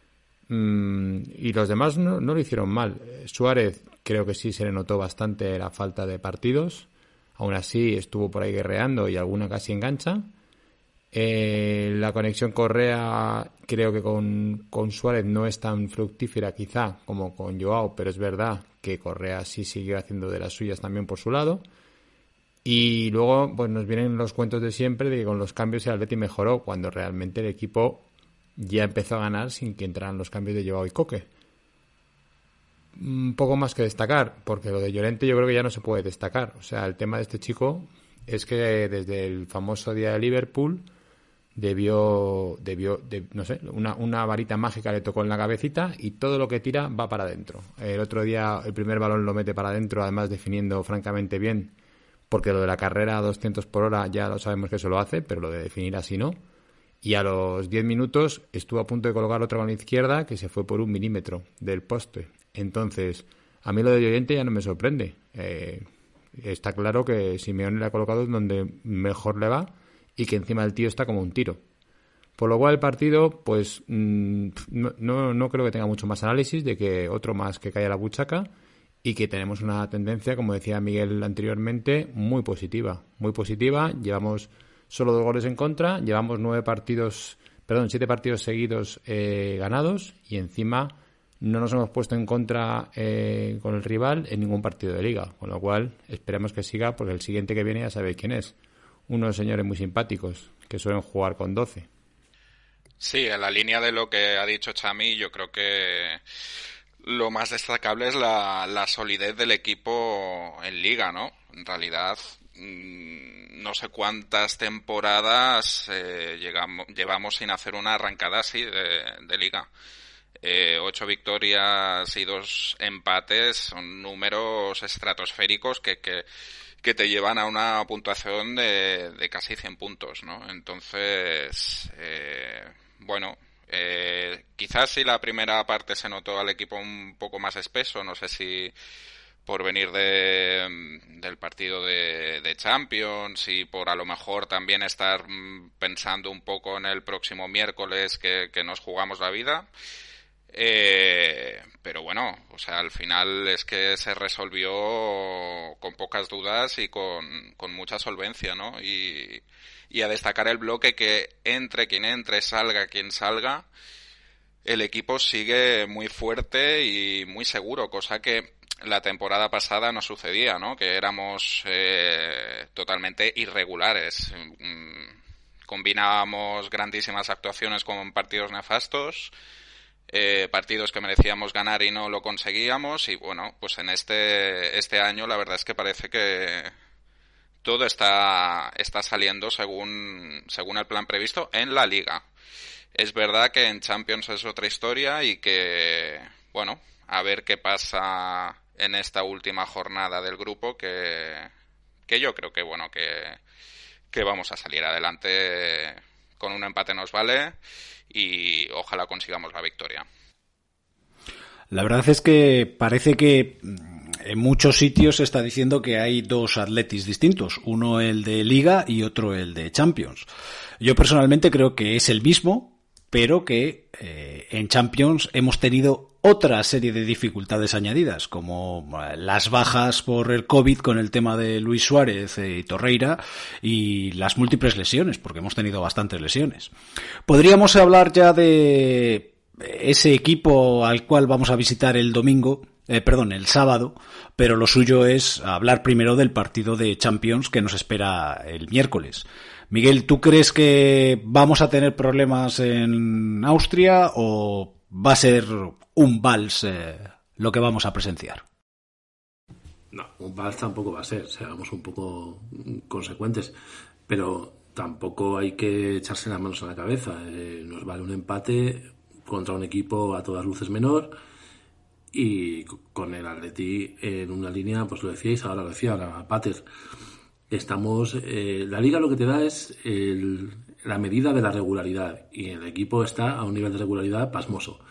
Mm, y los demás no, no lo hicieron mal. Suárez creo que sí se le notó bastante la falta de partidos. Aún así estuvo por ahí guerreando y alguna casi engancha. Eh, la conexión Correa creo que con, con Suárez no es tan fructífera quizá como con Joao, pero es verdad que Correa sí siguió haciendo de las suyas también por su lado. Y luego pues nos vienen los cuentos de siempre de que con los cambios el Atleti mejoró, cuando realmente el equipo ya empezó a ganar sin que entraran los cambios de Joao y Coque. Un poco más que destacar, porque lo de Llorente yo creo que ya no se puede destacar. O sea, el tema de este chico es que desde el famoso día de Liverpool debió, debió de, no sé, una, una varita mágica le tocó en la cabecita y todo lo que tira va para adentro. El otro día el primer balón lo mete para adentro, además definiendo francamente bien, porque lo de la carrera a doscientos por hora ya lo sabemos que eso lo hace, pero lo de definir así no. Y a los diez minutos estuvo a punto de colocar otra con la izquierda que se fue por un milímetro del poste. Entonces, a mí lo de Llorente ya no me sorprende. Eh, está claro que Simeone le ha colocado donde mejor le va y que encima el tío está como un tiro. Por lo cual el partido, pues mmm, no, no, no creo que tenga mucho más análisis de que otro más que cae a la buchaca, y que tenemos una tendencia, como decía Miguel anteriormente, muy positiva. Muy positiva. Llevamos solo dos goles en contra, llevamos nueve partidos, perdón, siete partidos seguidos eh, ganados, y encima no nos hemos puesto en contra eh, con el rival en ningún partido de liga, con lo cual esperemos que siga, porque el siguiente que viene ya sabéis quién es. Unos señores muy simpáticos que suelen jugar con doce. Sí, en la línea de lo que ha dicho Chami, yo creo que lo más destacable es la, la solidez del equipo en liga, ¿no? En realidad, mmm, no sé cuántas temporadas eh, llegamos, llevamos sin hacer una arrancada así de, de liga. Eh, ocho victorias y dos empates son números estratosféricos que, que, que te llevan a una puntuación de, de casi cien puntos, ¿no? Entonces, eh, bueno... Eh, quizás si la primera parte se notó al equipo un poco más espeso, no sé si por venir de, del partido de, de Champions y por a lo mejor también estar pensando un poco en el próximo miércoles que, que nos jugamos la vida. Eh, pero bueno, o sea, al final es que se resolvió con pocas dudas y con, con mucha solvencia, ¿no? Y, y a destacar el bloque que entre quien entre, salga quien salga, el equipo sigue muy fuerte y muy seguro, cosa que la temporada pasada no sucedía, ¿no? Que éramos eh, totalmente irregulares. Combinábamos grandísimas actuaciones con partidos nefastos, Eh, partidos que merecíamos ganar y no lo conseguíamos, y bueno, pues en este este año la verdad es que parece que todo está, está saliendo según, según el plan previsto en la Liga. Es verdad que en Champions es otra historia y que, bueno, a ver qué pasa en esta última jornada del grupo, que, que yo creo que, bueno, que, que vamos a salir adelante con un empate nos vale y ojalá consigamos la victoria. La verdad es que parece que en muchos sitios se está diciendo que hay dos Atletis distintos, uno el de Liga y otro el de Champions. Yo personalmente creo que es el mismo, pero que eh, en Champions hemos tenido otra serie de dificultades añadidas, como las bajas por el COVID con el tema de Luis Suárez y Torreira y las múltiples lesiones, porque hemos tenido bastantes lesiones. Podríamos hablar ya de ese equipo al cual vamos a visitar el domingo, eh, perdón, el sábado, pero lo suyo es hablar primero del partido de Champions que nos espera el miércoles. Miguel, ¿tú crees que vamos a tener problemas en Austria o va a ser un vals eh, lo que vamos a presenciar? No, un vals tampoco va a ser, seamos un poco consecuentes, pero tampoco hay que echarse las manos a la cabeza. Eh, nos vale un empate contra un equipo a todas luces menor y con el Atleti en una línea, pues lo decíais, ahora lo decía, ahora Pater. Estamos, eh, la Liga lo que te da es el, la medida de la regularidad y el equipo está a un nivel de regularidad pasmoso.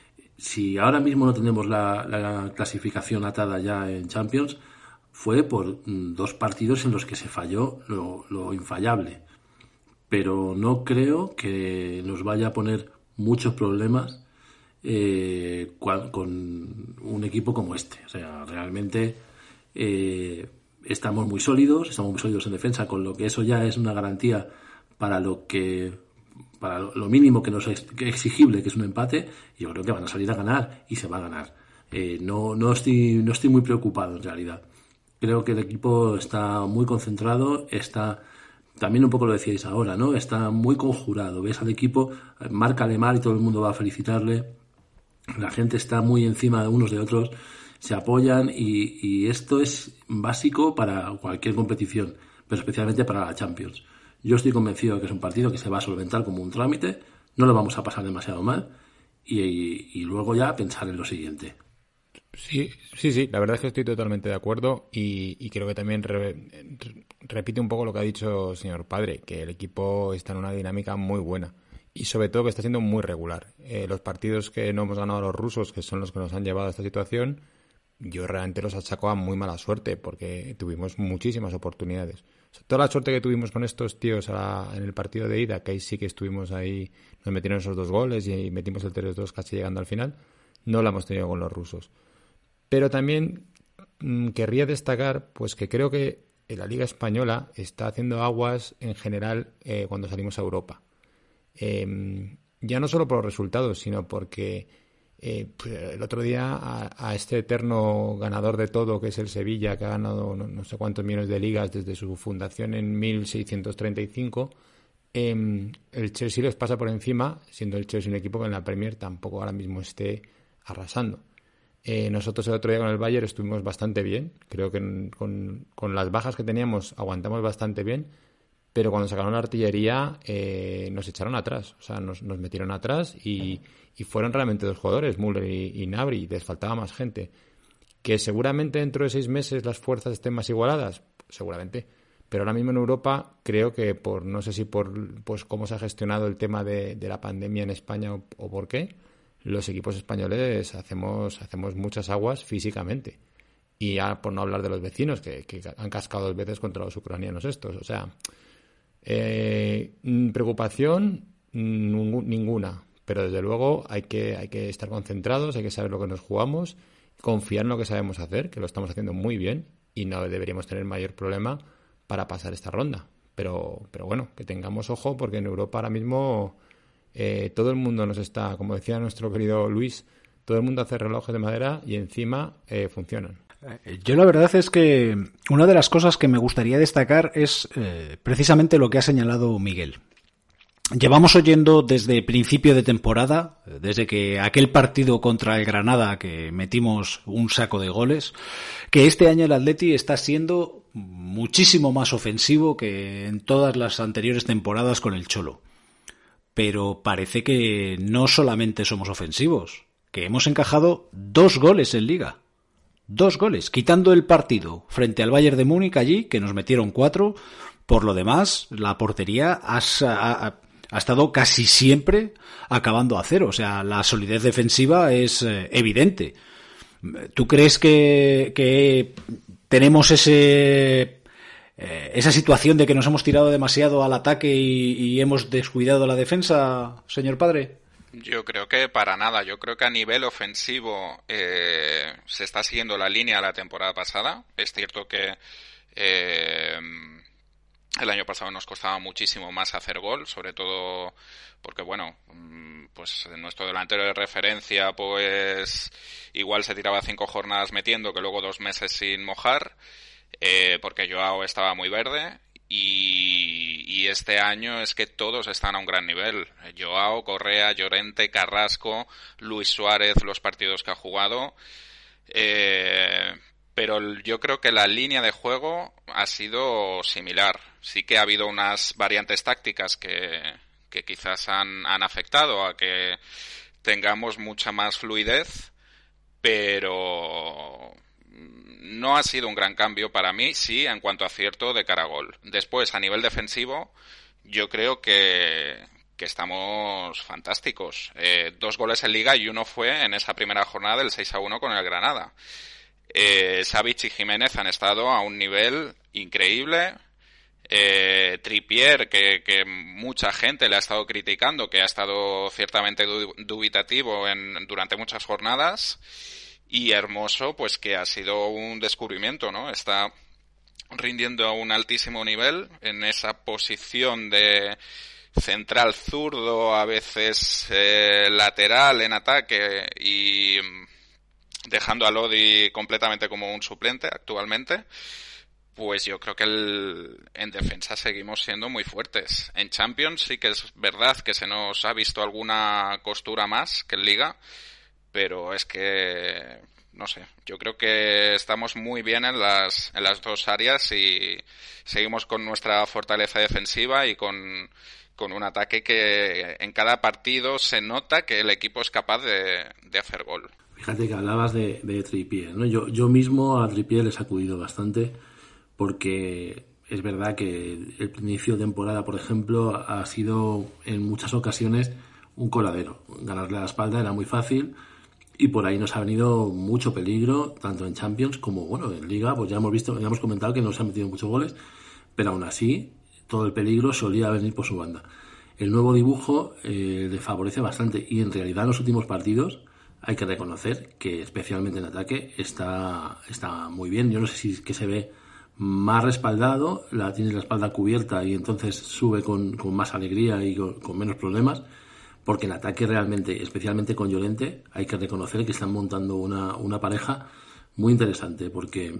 Si ahora mismo no tenemos la, la clasificación atada ya en Champions, fue por mm, dos partidos en los que se falló lo, lo infallable. Pero no creo que nos vaya a poner muchos problemas eh, con un equipo como este. O sea, realmente eh, estamos muy sólidos, estamos muy sólidos en defensa, con lo que eso ya es una garantía para lo que para lo mínimo que nos es exigible, que es un empate. Y yo creo que van a salir a ganar y se va a ganar. Eh, no, no estoy, no estoy muy preocupado en realidad. Creo que el equipo está muy concentrado, está también un poco lo decíais ahora, ¿no? Está muy conjurado. Ves al equipo, marca Lemar y todo el mundo va a felicitarle. La gente está muy encima de unos de otros, se apoyan y, y esto es básico para cualquier competición, pero especialmente para la Champions. Yo estoy convencido de que es un partido que se va a solventar como un trámite, no lo vamos a pasar demasiado mal y, y, y luego ya pensar en lo siguiente. Sí, sí, sí, la verdad es que estoy totalmente de acuerdo y, y creo que también re, re, repite un poco lo que ha dicho el señor Padre, que el equipo está en una dinámica muy buena y sobre todo que está siendo muy regular. Eh, los partidos que no hemos ganado a los rusos, que son los que nos han llevado a esta situación, yo realmente los achaco a muy mala suerte porque tuvimos muchísimas oportunidades. O sea, toda la suerte que tuvimos con estos tíos a la, en el partido de ida, que ahí sí que estuvimos ahí, nos metieron esos dos goles y, y metimos el tres dos casi llegando al final, no la hemos tenido con los rusos. Pero también mmm, querría destacar pues que creo que la Liga Española está haciendo aguas en general eh, cuando salimos a Europa. Eh, ya no solo por los resultados, sino porque eh, pues, el otro día a, a este eterno ganador de todo, que es el Sevilla, que ha ganado no, no sé cuántos millones de ligas desde su fundación en mil seiscientos treinta y cinco, eh, el Chelsea les pasa por encima, siendo el Chelsea un equipo que en la Premier tampoco ahora mismo esté arrasando. Eh, nosotros el otro día con el Bayern estuvimos bastante bien, creo que con, con las bajas que teníamos aguantamos bastante bien, pero cuando sacaron la artillería eh, nos echaron atrás, o sea, nos, nos metieron atrás y, y fueron realmente dos jugadores, Müller y, y Gnabry, les faltaba más gente. Que seguramente dentro de seis meses las fuerzas estén más igualadas, seguramente, pero ahora mismo en Europa creo que por, no sé si por pues cómo se ha gestionado el tema de, de la pandemia en España o, o por qué, los equipos españoles hacemos hacemos muchas aguas físicamente. Y ya por no hablar de los vecinos, que, que han cascado dos veces contra los ucranianos estos. O sea, eh, preocupación ninguna. Pero desde luego hay que, hay que estar concentrados, hay que saber lo que nos jugamos, confiar en lo que sabemos hacer, que lo estamos haciendo muy bien y no deberíamos tener mayor problema para pasar esta ronda. Pero, pero bueno, que tengamos ojo porque en Europa ahora mismo... Eh, todo el mundo nos está, como decía nuestro querido Luis, todo el mundo hace relojes de madera y encima eh, funcionan. Yo la verdad es que una de las cosas que me gustaría destacar es eh, precisamente lo que ha señalado Miguel. Llevamos oyendo desde principio de temporada, desde que aquel partido contra el Granada que metimos un saco de goles, que este año el Atleti está siendo muchísimo más ofensivo que en todas las anteriores temporadas con el Cholo. Pero parece que no solamente somos ofensivos, que hemos encajado dos goles en Liga. Dos goles, quitando el partido frente al Bayern de Múnich allí, que nos metieron cuatro. Por lo demás, la portería ha, ha, ha estado casi siempre acabando a cero. O sea, la solidez defensiva es eh, evidente. ¿Tú crees que, que tenemos ese eh, esa situación de que nos hemos tirado demasiado al ataque y, y hemos descuidado la defensa, señor padre? Yo creo que para nada. Yo creo que a nivel ofensivo eh, se está siguiendo la línea de la temporada pasada. Es cierto que eh, el año pasado nos costaba muchísimo más hacer gol, sobre todo porque, bueno, pues nuestro delantero de referencia, pues igual se tiraba cinco jornadas metiendo que luego dos meses sin mojar, eh, porque Joao estaba muy verde. Y, y este año es que todos están a un gran nivel. Joao, Correa, Llorente, Carrasco, Luis Suárez, los partidos que ha jugado. Eh, pero yo creo que la línea de juego ha sido similar. Sí que ha habido unas variantes tácticas que, que quizás han, han afectado a que tengamos mucha más fluidez, pero no ha sido un gran cambio para mí, sí, en cuanto a acierto de cara a gol. Después, a nivel defensivo, yo creo que, que estamos fantásticos. Eh, dos goles en Liga y uno fue en esa primera jornada del seis a uno con el Granada. Eh, Savic y Jiménez han estado a un nivel increíble. Eh, Trippier, que, que mucha gente le ha estado criticando, que ha estado ciertamente dubitativo en, durante muchas jornadas. Y Hermoso, pues que ha sido un descubrimiento, ¿no? Está rindiendo a un altísimo nivel en esa posición de central zurdo, a veces eh, lateral en ataque y dejando a Lodi completamente como un suplente actualmente. Pues yo creo que el, en defensa seguimos siendo muy fuertes. En Champions sí que es verdad que se nos ha visto alguna costura más que en Liga, pero es que, no sé, yo creo que estamos muy bien en las, en las dos áreas y seguimos con nuestra fortaleza defensiva y con, con un ataque que en cada partido se nota que el equipo es capaz de, de hacer gol. Fíjate que hablabas de, de Trippier, ¿no? Yo, yo mismo a Trippier le he sacudido bastante porque es verdad que el inicio de temporada, por ejemplo, ha sido en muchas ocasiones un coladero. Ganarle a la espalda era muy fácil. Y por ahí nos ha venido mucho peligro, tanto en Champions como, bueno, en Liga, pues ya hemos visto, ya hemos comentado que no se han metido muchos goles, pero aún así, todo el peligro solía venir por su banda. El nuevo dibujo eh, le favorece bastante y en realidad en los últimos partidos hay que reconocer que especialmente en ataque está, está muy bien. Yo no sé si es que se ve más respaldado, la tiene la espalda cubierta y entonces sube con, con más alegría y con, con menos problemas. Porque en ataque realmente, especialmente con Llorente, hay que reconocer que están montando una, una pareja muy interesante, porque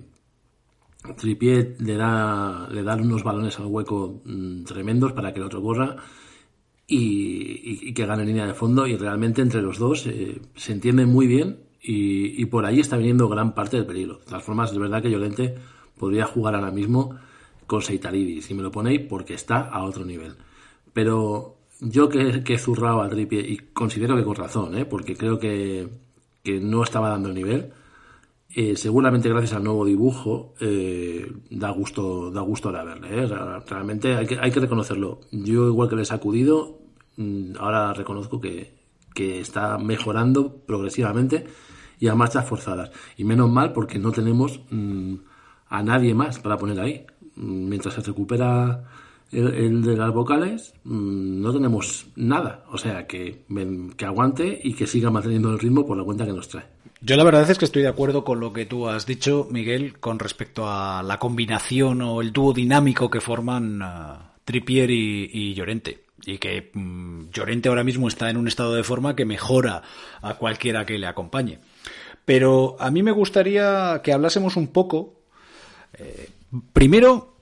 Trippier le da, le da unos balones al hueco mmm, tremendos para que el otro corra y, y, y que gane en línea de fondo, y realmente entre los dos eh, se entienden muy bien y, y por ahí está viniendo gran parte del peligro. De todas formas, es verdad que Llorente podría jugar ahora mismo con Seitaridis, si me lo ponéis, porque está a otro nivel. Pero yo que, que he zurrado a Trippier, y considero que con razón, ¿eh? porque creo que, que no estaba dando el nivel, eh, seguramente gracias al nuevo dibujo eh, da gusto da gusto ahora verle. ¿eh? Realmente hay que, hay que reconocerlo. Yo, igual que le he sacudido, ahora reconozco que, que está mejorando progresivamente y a marchas forzadas. Y menos mal, porque no tenemos mmm, a nadie más para poner ahí. Mientras se recupera El, el de las vocales, mmm, no tenemos nada, o sea que, que aguante y que siga manteniendo el ritmo por la cuenta que nos trae. Yo la verdad es que estoy de acuerdo con lo que tú has dicho, Miguel, con respecto a la combinación o el dúo dinámico que forman uh, Trippier y, y Llorente, y que um, Llorente ahora mismo está en un estado de forma que mejora a cualquiera que le acompañe. Pero a mí me gustaría que hablásemos un poco, eh, primero,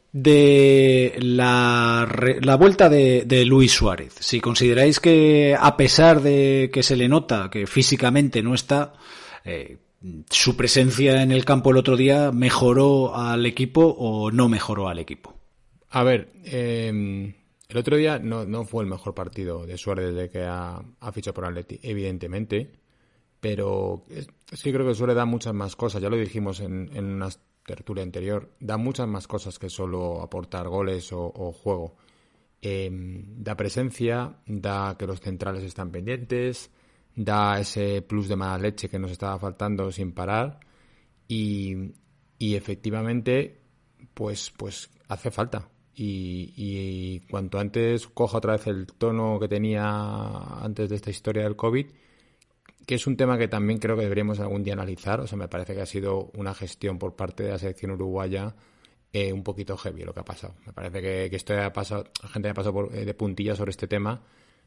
de la, la vuelta de, de Luis Suárez. Si consideráis que, a pesar de que se le nota que físicamente no está, eh, su presencia en el campo el otro día mejoró al equipo o no mejoró al equipo. A ver, eh, el otro día no, no fue el mejor partido de Suárez desde que ha, ha fichado por Atleti, evidentemente, pero es, es que creo que Suárez da muchas más cosas. Ya lo dijimos en, en una tertulia anterior, da muchas más cosas que solo aportar goles o, o juego. Eh, da presencia, da que los centrales están pendientes, da ese plus de mala leche que nos estaba faltando sin parar y, y efectivamente pues, pues hace falta. Y, y cuanto antes coja otra vez el tono que tenía antes de esta historia del COVID, que es un tema que también creo que deberíamos algún día analizar. O sea, me parece que ha sido una gestión por parte de la selección uruguaya eh, un poquito heavy lo que ha pasado. Me parece que, que esto ha pasado, la gente ha pasado por, eh, de puntillas sobre este tema.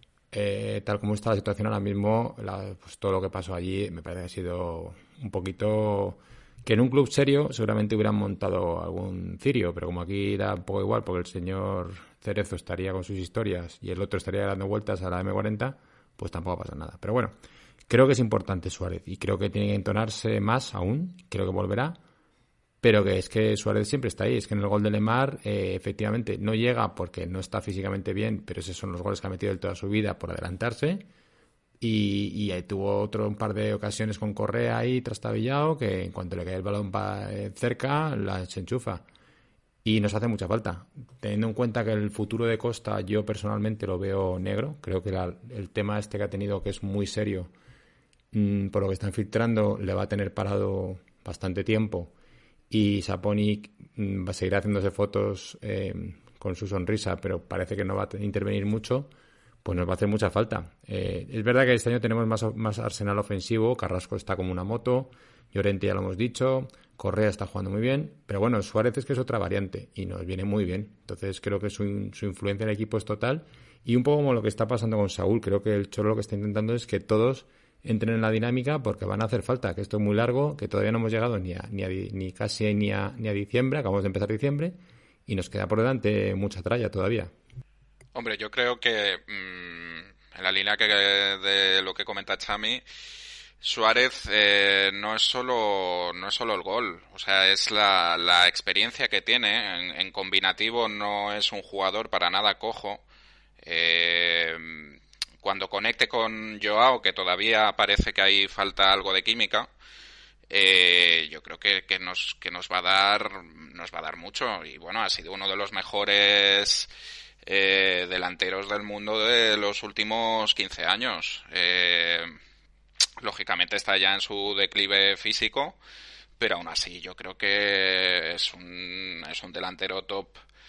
Eh, tal como está la situación ahora mismo, la, pues todo lo que pasó allí me parece que ha sido un poquito... Que en un club serio seguramente hubieran montado algún cirio, pero como aquí da un poco igual porque el señor Cerezo estaría con sus historias y el otro estaría dando vueltas a la eme cuarenta, pues tampoco pasa nada. Pero bueno, creo que es importante Suárez y creo que tiene que entonarse más aún, creo que volverá, pero que es que Suárez siempre está ahí. Es que en el gol de Lemar eh, efectivamente no llega porque no está físicamente bien, pero esos son los goles que ha metido él toda su vida por adelantarse. Y, y ahí tuvo otro un par de ocasiones con Correa ahí trastabillado, que en cuanto le cae el balón pa, eh, cerca, la se enchufa. Y nos hace mucha falta. Teniendo en cuenta que el futuro de Costa yo personalmente lo veo negro. Creo que la, el tema este que ha tenido, que es muy serio, mmm, por lo que están filtrando, le va a tener parado bastante tiempo. Y Saponik mmm, va a seguir haciéndose fotos eh, con su sonrisa, pero parece que no va a intervenir mucho. Pues nos va a hacer mucha falta. Eh, es verdad que este año tenemos más, más arsenal ofensivo. Carrasco está como una moto. Llorente ya lo hemos dicho. Correa está jugando muy bien. Pero bueno, Suárez es que es otra variante y nos viene muy bien. Entonces creo que su, su influencia en el equipo es total. Y un poco como lo que está pasando con Saúl. Creo que el Cholo lo que está intentando es que todos entren en la dinámica porque van a hacer falta. Que esto es muy largo, que todavía no hemos llegado ni, a, ni, a, ni casi ni a, ni a diciembre. Acabamos de empezar diciembre y nos queda por delante mucha tralla todavía. Hombre, yo creo que mmm, en la línea que de lo que comenta Chami, Suárez eh, no es solo no es solo el gol, o sea, es la, la experiencia que tiene. En, en combinativo no es un jugador para nada cojo. Eh, cuando conecte con Joao, que todavía parece que ahí falta algo de química, eh, yo creo que, que nos que nos va a dar nos va a dar mucho. Y bueno, ha sido uno de los mejores Eh, delanteros del mundo de los últimos quince años. Eh, lógicamente está ya en su declive físico, pero aún así yo creo que es un, es un delantero top.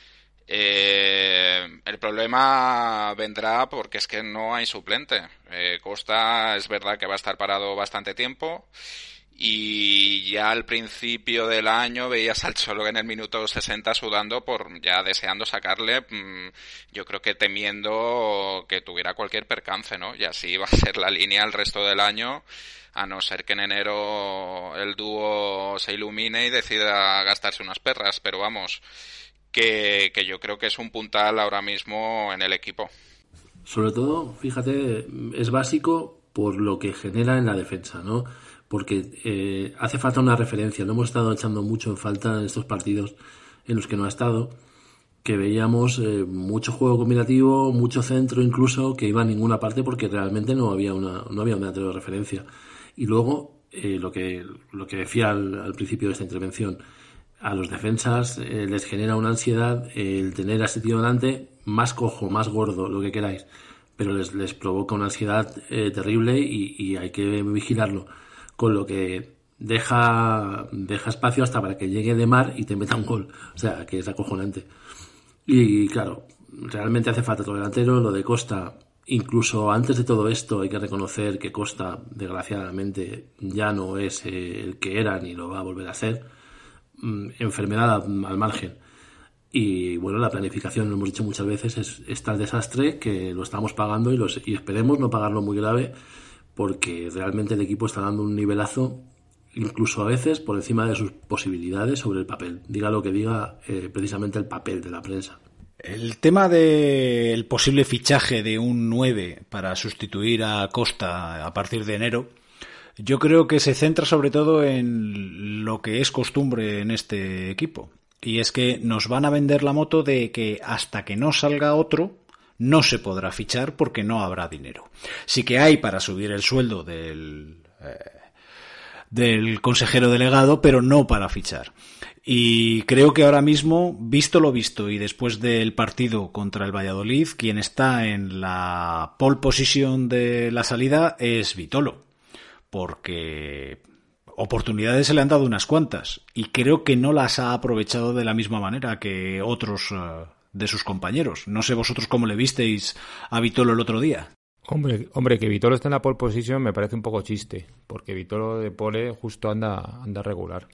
Eh, el problema vendrá porque es que no hay suplente. Eh, Costa es verdad que va a estar parado bastante tiempo. Y ya al principio del año veías al Cholo en el minuto sesenta sudando por ya deseando sacarle, mmm, yo creo que temiendo que tuviera cualquier percance, ¿no? Y así va a ser la línea el resto del año, a no ser que en enero el dúo se ilumine y decida gastarse unas perras, pero vamos, que, que yo creo que es un puntal ahora mismo en el equipo. Sobre todo, fíjate, es básico por lo que genera en la defensa, ¿no? Porque eh, hace falta una referencia. Lo hemos estado echando mucho en falta en estos partidos en los que no ha estado, que veíamos eh, mucho juego combinativo, mucho centro incluso, que iba a ninguna parte porque realmente no había una no había un delantero de referencia. Y luego, eh, lo que lo que decía al, al principio de esta intervención, a los defensas eh, les genera una ansiedad eh, el tener a ese tío delante, más cojo, más gordo, lo que queráis, pero les, les provoca una ansiedad eh, terrible y, y hay que vigilarlo. Con lo que deja deja espacio hasta para que llegue Lemar y te meta un gol. O sea, que es acojonante. Y claro, realmente hace falta todo delantero. Lo de Costa, incluso antes de todo esto, hay que reconocer que Costa, desgraciadamente, ya no es el que era ni lo va a volver a ser. Enfermedad al margen. Y bueno, la planificación, lo hemos dicho muchas veces, es está el desastre que lo estamos pagando y, los, y esperemos no pagarlo muy grave, porque realmente el equipo está dando un nivelazo incluso a veces por encima de sus posibilidades sobre el papel. Diga lo que diga eh, precisamente el papel de la prensa. El tema del posible fichaje de un nueve para sustituir a Costa a partir de enero, yo creo que se centra sobre todo en lo que es costumbre en este equipo. Y es que nos van a vender la moto de que hasta que no salga otro, no se podrá fichar porque no habrá dinero. Sí que hay para subir el sueldo del, eh, del consejero delegado, pero no para fichar. Y creo que ahora mismo, visto lo visto y después del partido contra el Valladolid, quien está en la pole position de la salida es Vitolo, porque oportunidades se le han dado unas cuantas y creo que no las ha aprovechado de la misma manera que otros uh, de sus compañeros. No sé vosotros cómo le visteis a Vitolo el otro día. Hombre, hombre, que Vitolo esté en la pole position me parece un poco chiste, porque Vitolo de pole justo anda, anda regular.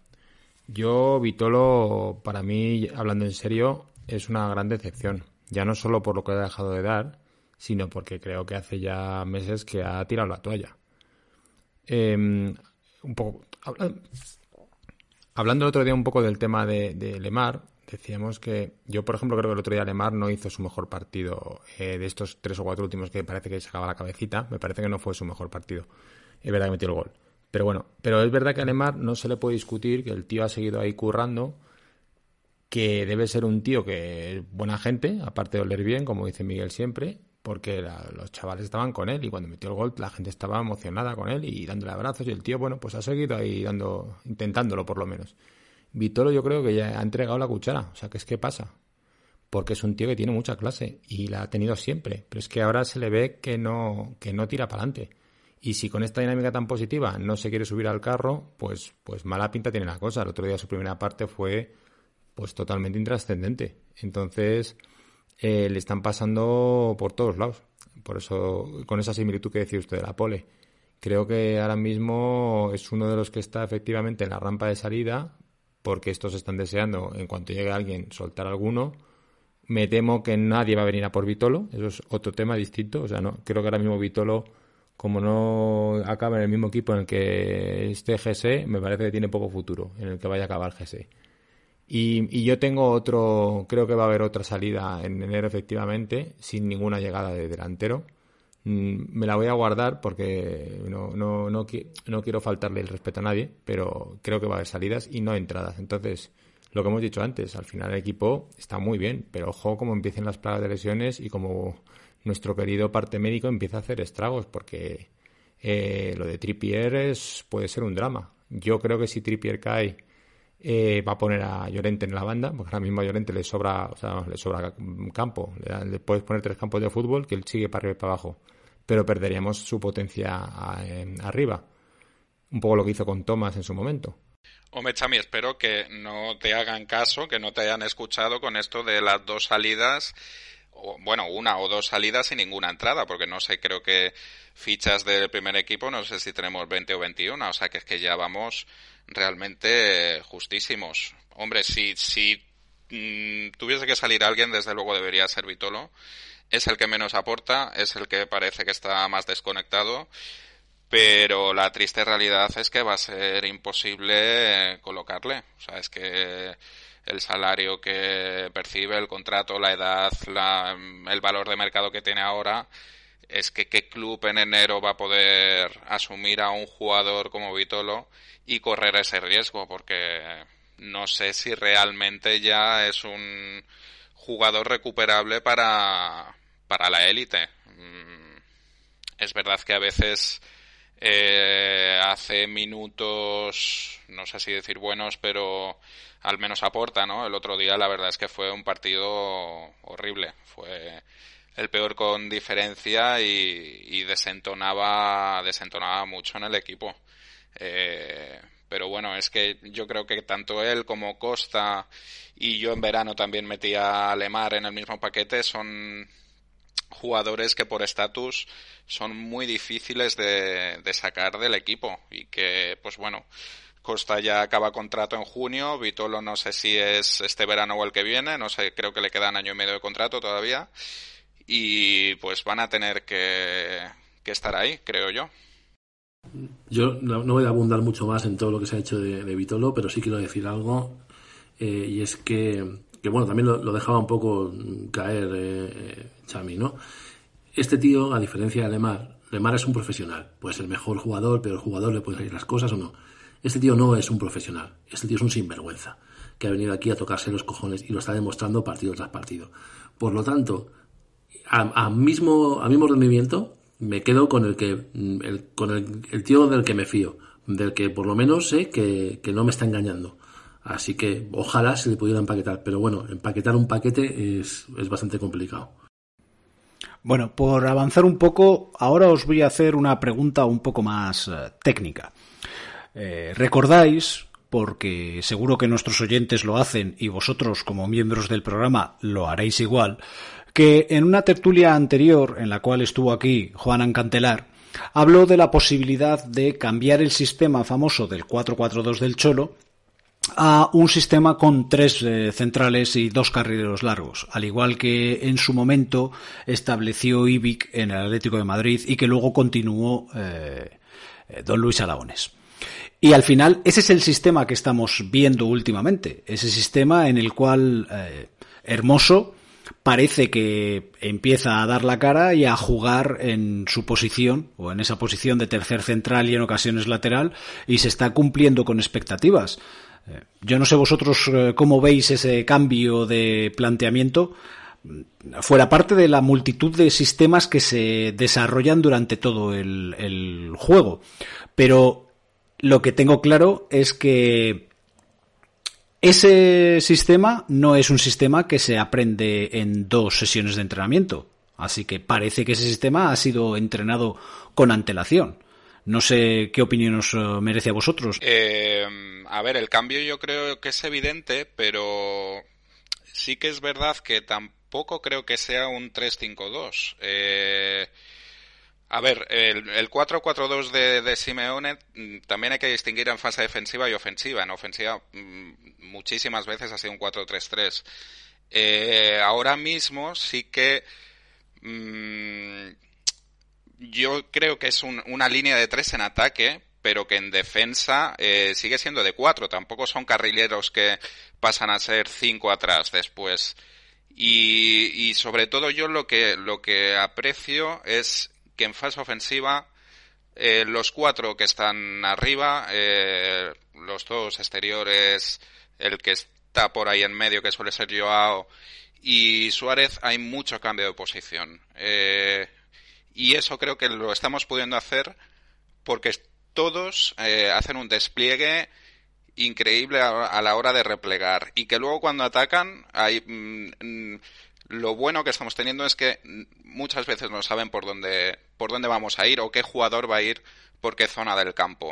Yo, Vitolo, para mí, hablando en serio, es una gran decepción. Ya no solo por lo que ha dejado de dar, sino porque creo que hace ya meses que ha tirado la toalla. Eh, un poco habla, hablando el otro día un poco del tema de, de Lemar, decíamos que yo, por ejemplo, creo que el otro día Lemar no hizo su mejor partido eh, de estos tres o cuatro últimos que parece que sacaba la cabecita. Me parece que no fue su mejor partido. Es verdad que metió el gol. Pero bueno, pero es verdad que a Lemar no se le puede discutir que el tío ha seguido ahí currando, que debe ser un tío que es buena gente, aparte de oler bien, como dice Miguel siempre, porque la, los chavales estaban con él y cuando metió el gol la gente estaba emocionada con él y dándole abrazos y el tío, bueno, pues ha seguido ahí dando, intentándolo por lo menos. Vitolo yo creo que ya ha entregado la cuchara, o sea, ¿qué es que pasa? Porque es un tío que tiene mucha clase y la ha tenido siempre, pero es que ahora se le ve que no, que no tira para adelante. Y si con esta dinámica tan positiva no se quiere subir al carro, pues, pues mala pinta tiene la cosa. El otro día su primera parte fue pues totalmente intrascendente. Entonces eh, le están pasando por todos lados. Por eso, con esa similitud que decía usted de la pole, creo que ahora mismo es uno de los que está efectivamente en la rampa de salida, porque estos están deseando, en cuanto llegue alguien, soltar alguno. Me temo que nadie va a venir a por Vitolo. Eso es otro tema distinto. O sea, no creo que ahora mismo Vitolo, como no acaba en el mismo equipo en el que esté G S, me parece que tiene poco futuro en el que vaya a acabar G S. Y, y yo tengo otro, creo que va a haber otra salida en enero efectivamente, sin ninguna llegada de delantero. Mm, me la voy a guardar porque no, no, no, no quiero faltarle el respeto a nadie, pero creo que va a haber salidas y no entradas. Entonces, lo que hemos dicho antes, al final el equipo está muy bien, pero ojo como empiecen las plagas de lesiones y como nuestro querido parte médico empieza a hacer estragos, porque eh, lo de Trippier es, puede ser un drama. Yo creo que si Trippier cae, eh, va a poner a Llorente en la banda, porque ahora mismo a Llorente le sobra, o sea, le sobra campo. Le, le puedes poner tres campos de fútbol que él sigue para arriba y para abajo, pero perderíamos su potencia a, eh, arriba. Un poco lo que hizo con Thomas en su momento. Hombre, Chami, espero que no te hagan caso, que no te hayan escuchado con esto de las dos salidas. O, bueno, una o dos salidas y ninguna entrada, porque no sé, creo que fichas del primer equipo, no sé si tenemos veinte o veintiuno, o sea que es que ya vamos realmente justísimos. Hombre, si, si mmm, tuviese que salir alguien, desde luego debería ser Vitolo. Es el que menos aporta, es el que parece que está más desconectado, pero la triste realidad es que va a ser imposible colocarle. O sea, es que el salario que percibe, el contrato, la edad, la, el valor de mercado que tiene ahora, es que qué club en enero va a poder asumir a un jugador como Vitolo y correr ese riesgo, porque no sé si realmente ya es un jugador recuperable para, para la élite. Es verdad que a veces eh, hace minutos, no sé si decir buenos, pero al menos aporta, ¿no? El otro día la verdad es que fue un partido horrible, fue el peor con diferencia y, y desentonaba, desentonaba mucho en el equipo. Eh, pero bueno, es que yo creo que tanto él como Costa, y yo en verano también metía a Lemar en el mismo paquete, son jugadores que por estatus son muy difíciles de, de sacar del equipo y que, pues bueno, Costa ya acaba contrato en junio, Vitolo no sé si es este verano o el que viene, no sé, creo que le quedan año y medio de contrato todavía y pues van a tener que, que estar ahí, creo yo. Yo no, no voy a abundar mucho más en todo lo que se ha hecho de, de Vitolo, pero sí quiero decir algo, eh, y es que, que bueno, también lo, lo dejaba un poco caer eh, Chami, ¿no? Este tío, a diferencia de Lemar, Lemar es un profesional, puede ser el mejor jugador, pero el jugador le puede salir las cosas o no. Este tío no es un profesional, este tío es un sinvergüenza, que ha venido aquí a tocarse los cojones y lo está demostrando partido tras partido. Por lo tanto, a, a mismo, a mismo rendimiento, me quedo con el que el, con el, el tío del que me fío, del que por lo menos sé que, que no me está engañando. Así que ojalá se le pudiera empaquetar, pero bueno, empaquetar un paquete es, es bastante complicado. Bueno, por avanzar un poco, ahora os voy a hacer una pregunta un poco más uh, técnica. Eh, ¿Recordáis, porque seguro que nuestros oyentes lo hacen y vosotros como miembros del programa lo haréis igual, que en una tertulia anterior en la cual estuvo aquí Juan Ancantelar, habló de la posibilidad de cambiar el sistema famoso del cuatro cuatro dos del Cholo a un sistema con tres eh, centrales y dos carrileros largos, al igual que en su momento estableció Ibic en el Atlético de Madrid y que luego continuó eh, eh, don Luis Aragonés. Y al final ese es el sistema que estamos viendo últimamente, ese sistema en el cual eh, Hermoso parece que empieza a dar la cara y a jugar en su posición o en esa posición de tercer central y en ocasiones lateral, y se está cumpliendo con expectativas. Eh, yo no sé vosotros eh, cómo veis ese cambio de planteamiento, fuera parte de la multitud de sistemas que se desarrollan durante todo el, el juego. Pero lo que tengo claro es que ese sistema no es un sistema que se aprende en dos sesiones de entrenamiento. Así que parece que ese sistema ha sido entrenado con antelación. No sé qué opinión os merece a vosotros. Eh, a ver, el cambio yo creo que es evidente, pero sí que es verdad que tampoco creo que sea un tres cinco dos. Eh... A ver, el, el cuatro cuatro dos de, de Simeone también hay que distinguir en fase defensiva y ofensiva. En ofensiva muchísimas veces ha sido un cuatro tres tres. Eh, ahora mismo sí que mmm, yo creo que es un, una línea de tres en ataque, pero que en defensa eh, sigue siendo de cuatro. Tampoco son carrileros que pasan a ser cinco atrás después. Y, y sobre todo yo lo que, lo que aprecio es que en fase ofensiva eh, los cuatro que están arriba, eh, los dos exteriores, el que está por ahí en medio, que suele ser Joao, y Suárez, hay mucho cambio de posición. Eh, y eso creo que lo estamos pudiendo hacer porque todos eh, hacen un despliegue increíble a, a la hora de replegar. Y que luego cuando atacan hay... Mm, lo bueno que estamos teniendo es que muchas veces no saben por dónde por dónde vamos a ir o qué jugador va a ir por qué zona del campo.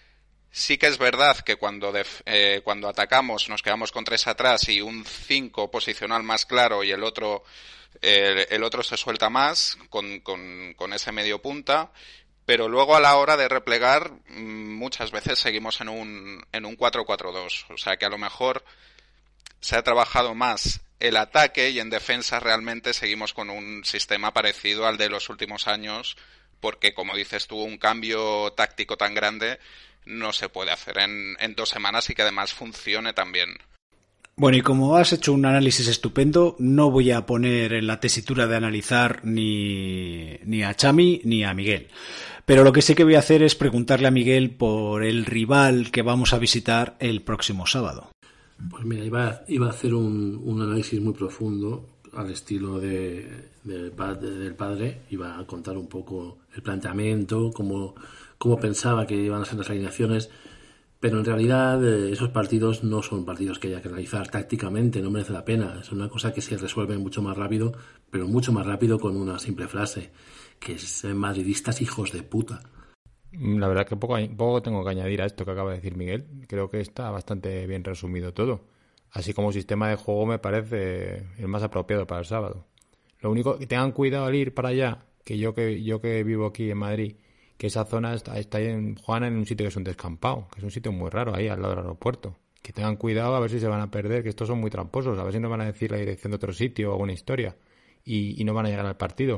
Sí que es verdad que cuando def, eh, cuando atacamos nos quedamos con tres atrás y un cinco posicional más claro y el otro eh, el otro se suelta más con, con, con ese medio punta, pero luego a la hora de replegar muchas veces seguimos en un en un cuatro cuatro dos, o sea que a lo mejor se ha trabajado más el ataque y en defensa realmente seguimos con un sistema parecido al de los últimos años, porque como dices tú, un cambio táctico tan grande no se puede hacer en, en dos semanas y que además funcione tan bien. Bueno, y como has hecho un análisis estupendo, no voy a poner en la tesitura de analizar ni, ni a Chami ni a Miguel. Pero lo que sí que voy a hacer es preguntarle a Miguel por el rival que vamos a visitar el próximo sábado. Pues mira, iba, iba a hacer un, un análisis muy profundo al estilo de, de, de, del padre. Iba a contar un poco el planteamiento, cómo, cómo pensaba que iban a ser las alineaciones, pero en realidad eh, esos partidos no son partidos que haya que analizar tácticamente, no merece la pena. Es una cosa que se resuelve mucho más rápido, pero mucho más rápido con una simple frase, que es madridistas hijos de puta. La verdad que poco, poco tengo que añadir a esto que acaba de decir Miguel. Creo que está bastante bien resumido todo. Así como sistema de juego me parece el más apropiado para el sábado. Lo único que tengan cuidado al ir para allá, que yo que yo que vivo aquí en Madrid, que esa zona está, está en Juana en un sitio que es un descampado, que es un sitio muy raro ahí al lado del aeropuerto. Que tengan cuidado a ver si se van a perder, que estos son muy tramposos, a ver si nos van a decir la dirección de otro sitio o alguna historia y, y no van a llegar al partido.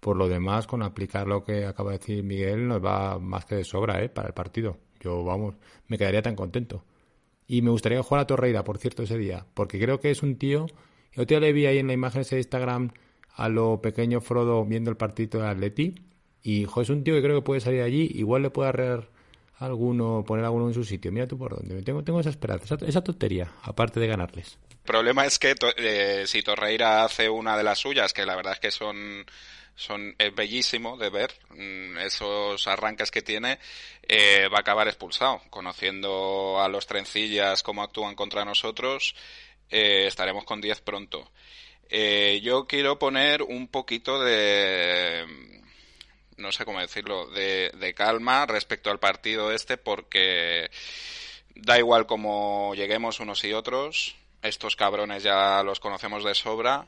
Por lo demás, con aplicar lo que acaba de decir Miguel, nos va más que de sobra, ¿eh? Para el partido. Yo, vamos, me quedaría tan contento. Y me gustaría jugar a Torreira, por cierto, ese día, porque creo que es un tío... Yo te le vi ahí en la imagen de Instagram a lo pequeño Frodo viendo el partido de Atleti, y jo, es un tío que creo que puede salir allí, igual le puede arreglar alguno, poner alguno en su sitio. Mira tú por dónde. Tengo, tengo esa esperanza, esa, esa tontería, aparte de ganarles. El problema es que eh, si Torreira hace una de las suyas, que la verdad es que son... son es bellísimo de ver esos arranques que tiene, eh, va a acabar expulsado. Conociendo a los trencillas cómo actúan contra nosotros, eh, estaremos con diez pronto. Eh, yo quiero poner un poquito de, no sé cómo decirlo, de, de calma respecto al partido este, porque da igual cómo lleguemos unos y otros, estos cabrones ya los conocemos de sobra.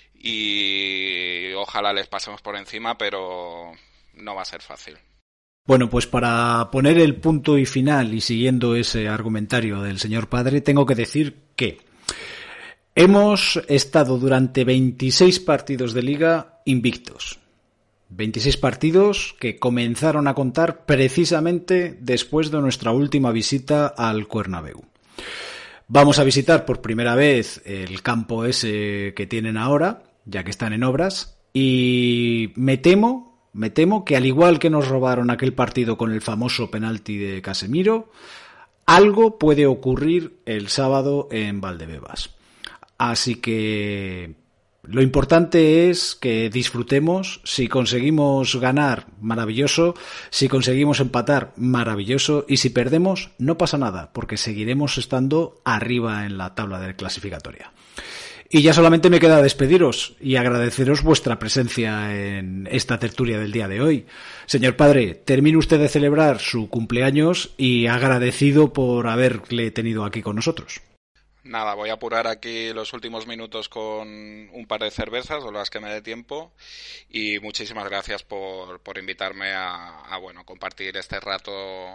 Y ojalá les pasemos por encima, pero no va a ser fácil. Bueno, pues para poner el punto y final y siguiendo ese argumentario del señor padre, tengo que decir que hemos estado durante veintiséis partidos de liga invictos. veintiséis partidos que comenzaron a contar precisamente después de nuestra última visita al Cuernabéu. Vamos a visitar por primera vez el campo ese que tienen ahora, ya que están en obras, y me temo, me temo que al igual que nos robaron aquel partido con el famoso penalti de Casemiro, algo puede ocurrir el sábado en Valdebebas. Así que lo importante es que disfrutemos. Si conseguimos ganar, maravilloso. Si conseguimos empatar, maravilloso. Y si perdemos, no pasa nada, porque seguiremos estando arriba en la tabla de clasificatoria. Y ya solamente me queda despediros y agradeceros vuestra presencia en esta tertulia del día de hoy. Señor padre, termine usted de celebrar su cumpleaños y agradecido por haberle tenido aquí con nosotros. Nada, voy a apurar aquí los últimos minutos con un par de cervezas o las que me dé tiempo, y muchísimas gracias por, por invitarme a, a bueno compartir este rato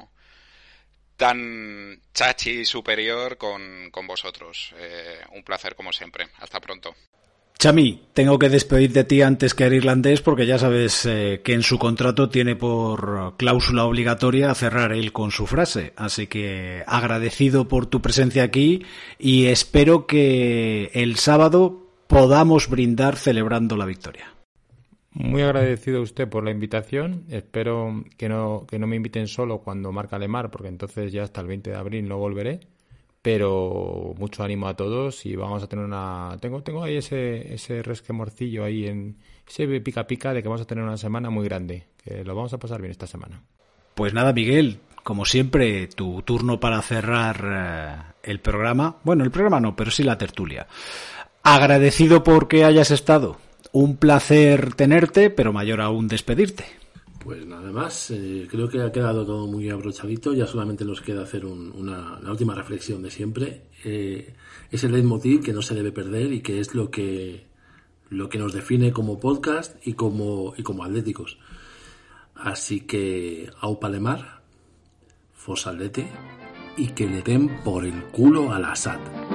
tan chachi superior con, con vosotros. Eh, un placer como siempre. Hasta pronto. Chami, tengo que despedir de ti antes que el irlandés, porque ya sabes eh, que en su contrato tiene por cláusula obligatoria cerrar él con su frase. Así que agradecido por tu presencia aquí y espero que el sábado podamos brindar celebrando la victoria. Muy agradecido a usted por la invitación. Espero que no, que no me inviten solo cuando marca Lemar, porque entonces ya hasta el veinte de abril no volveré. Pero mucho ánimo a todos y vamos a tener una... Tengo tengo ahí ese ese resquemorcillo ahí, en ese pica pica de que vamos a tener una semana muy grande, que lo vamos a pasar bien esta semana. Pues nada, Miguel, como siempre, tu turno para cerrar eh, el programa. Bueno, el programa no, pero sí la tertulia. Agradecido porque hayas estado. Un placer tenerte, pero mayor aún despedirte. Pues nada más, eh, creo que ha quedado todo muy abrochadito. Ya solamente nos queda hacer un, una, la última reflexión de siempre. Eh, es el leitmotiv que no se debe perder y que es lo que lo que nos define como podcast y como y como atléticos. Así que aupa Lemar, fos Atleti y que le den por el culo al Assad.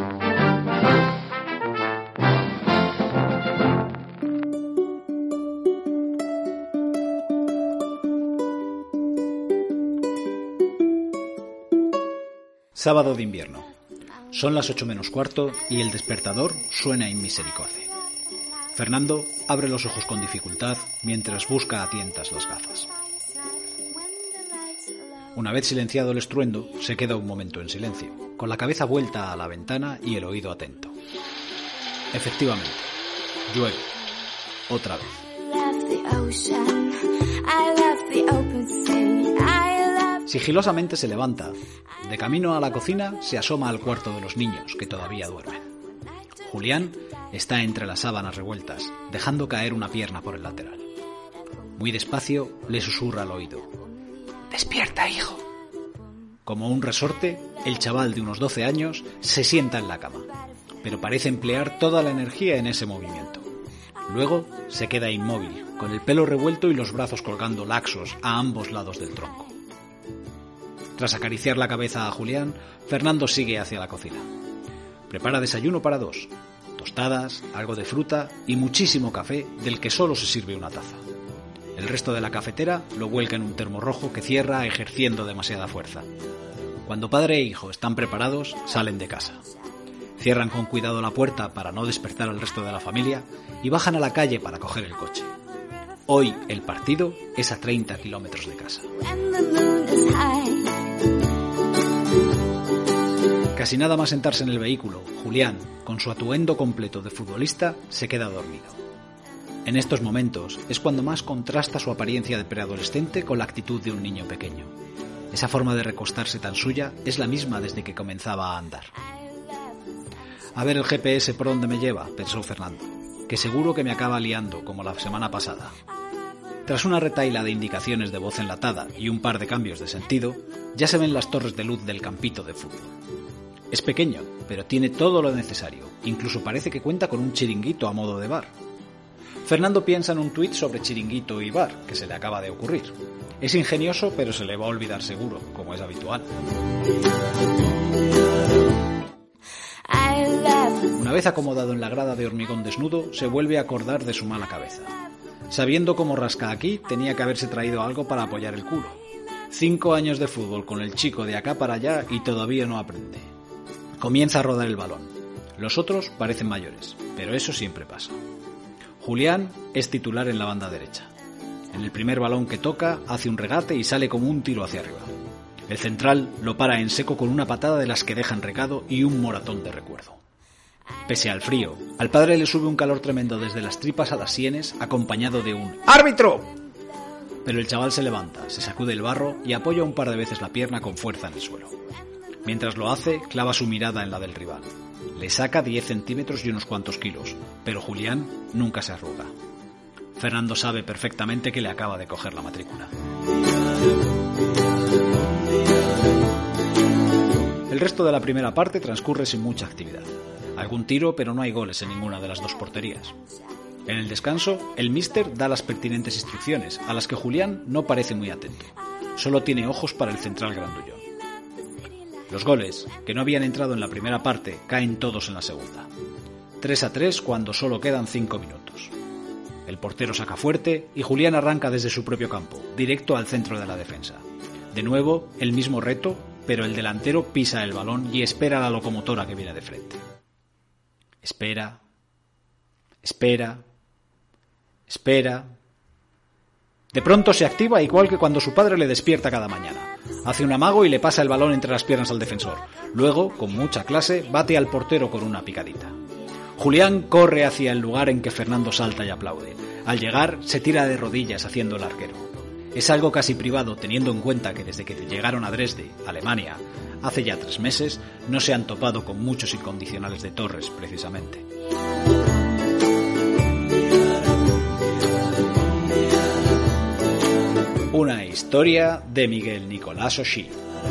Sábado de invierno. Son las ocho menos cuarto y el despertador suena in misericordia. Fernando abre los ojos con dificultad mientras busca a tientas las gafas. Una vez silenciado el estruendo, se queda un momento en silencio, con la cabeza vuelta a la ventana y el oído atento. Efectivamente, llueve. Otra vez. Sigilosamente se levanta. De camino a la cocina se asoma al cuarto de los niños, que todavía duermen. Julián está entre las sábanas revueltas, dejando caer una pierna por el lateral. Muy despacio le susurra al oído: «¡Despierta, hijo!». Como un resorte, el chaval de unos doce años se sienta en la cama, pero parece emplear toda la energía en ese movimiento. Luego se queda inmóvil, con el pelo revuelto y los brazos colgando laxos a ambos lados del tronco. Tras acariciar la cabeza a Julián, Fernando sigue hacia la cocina. Prepara desayuno para dos, tostadas, algo de fruta y muchísimo café del que solo se sirve una taza. El resto de la cafetera lo vuelca en un termo rojo que cierra ejerciendo demasiada fuerza. Cuando padre e hijo están preparados, salen de casa. Cierran con cuidado la puerta para no despertar al resto de la familia y bajan a la calle para coger el coche. Hoy el partido es a treinta kilómetros de casa. Casi nada más sentarse en el vehículo, Julián, con su atuendo completo de futbolista, se queda dormido. En estos momentos es cuando más contrasta su apariencia de preadolescente con la actitud de un niño pequeño. Esa forma de recostarse tan suya es la misma desde que comenzaba a andar. A ver el G P S por dónde me lleva, pensó Fernando, que seguro que me acaba liando como la semana pasada. Tras una retahíla de indicaciones de voz enlatada y un par de cambios de sentido, ya se ven las torres de luz del campito de fútbol. Es pequeño, pero tiene todo lo necesario, incluso parece que cuenta con un chiringuito a modo de bar. Fernando piensa en un tuit sobre chiringuito y bar, que se le acaba de ocurrir. Es ingenioso, pero se le va a olvidar seguro, como es habitual. Una vez acomodado en la grada de hormigón desnudo, se vuelve a acordar de su mala cabeza. Sabiendo cómo rasca aquí, tenía que haberse traído algo para apoyar el culo. Cinco años de fútbol con el chico de acá para allá y todavía no aprende. Comienza a rodar el balón. Los otros parecen mayores, pero eso siempre pasa. Julián es titular en la banda derecha. En el primer balón que toca, hace un regate y sale como un tiro hacia arriba. El central lo para en seco con una patada de las que dejan recado y un moratón de recuerdo. Pese al frío, al padre le sube un calor tremendo desde las tripas a las sienes, acompañado de un ¡árbitro! Pero el chaval se levanta, se sacude el barro y apoya un par de veces la pierna con fuerza en el suelo. Mientras lo hace, clava su mirada en la del rival. Le saca diez centímetros y unos cuantos kilos, pero Julián nunca se arruga. Fernando sabe perfectamente que le acaba de coger la matrícula. El resto de la primera parte transcurre sin mucha actividad. Algún tiro, pero no hay goles en ninguna de las dos porterías. En el descanso, el míster da las pertinentes instrucciones, a las que Julián no parece muy atento. Solo tiene ojos para el central grandullón. Los goles, que no habían entrado en la primera parte, caen todos en la segunda. tres a tres cuando solo quedan cinco minutos. El portero saca fuerte y Julián arranca desde su propio campo, directo al centro de la defensa. De nuevo, el mismo reto, pero el delantero pisa el balón y espera a la locomotora que viene de frente. Espera, espera, espera. De pronto se activa igual que cuando su padre le despierta cada mañana. Hace un amago y le pasa el balón entre las piernas al defensor. Luego, con mucha clase, bate al portero con una picadita. Julián corre hacia el lugar en que Fernando salta y aplaude. Al llegar, se tira de rodillas haciendo el arquero. Es algo casi privado, teniendo en cuenta que desde que llegaron a Dresde, Alemania, hace ya tres meses, no se han topado con muchos incondicionales de Torres, precisamente. Una historia de Miguel Nicolás O'Shea.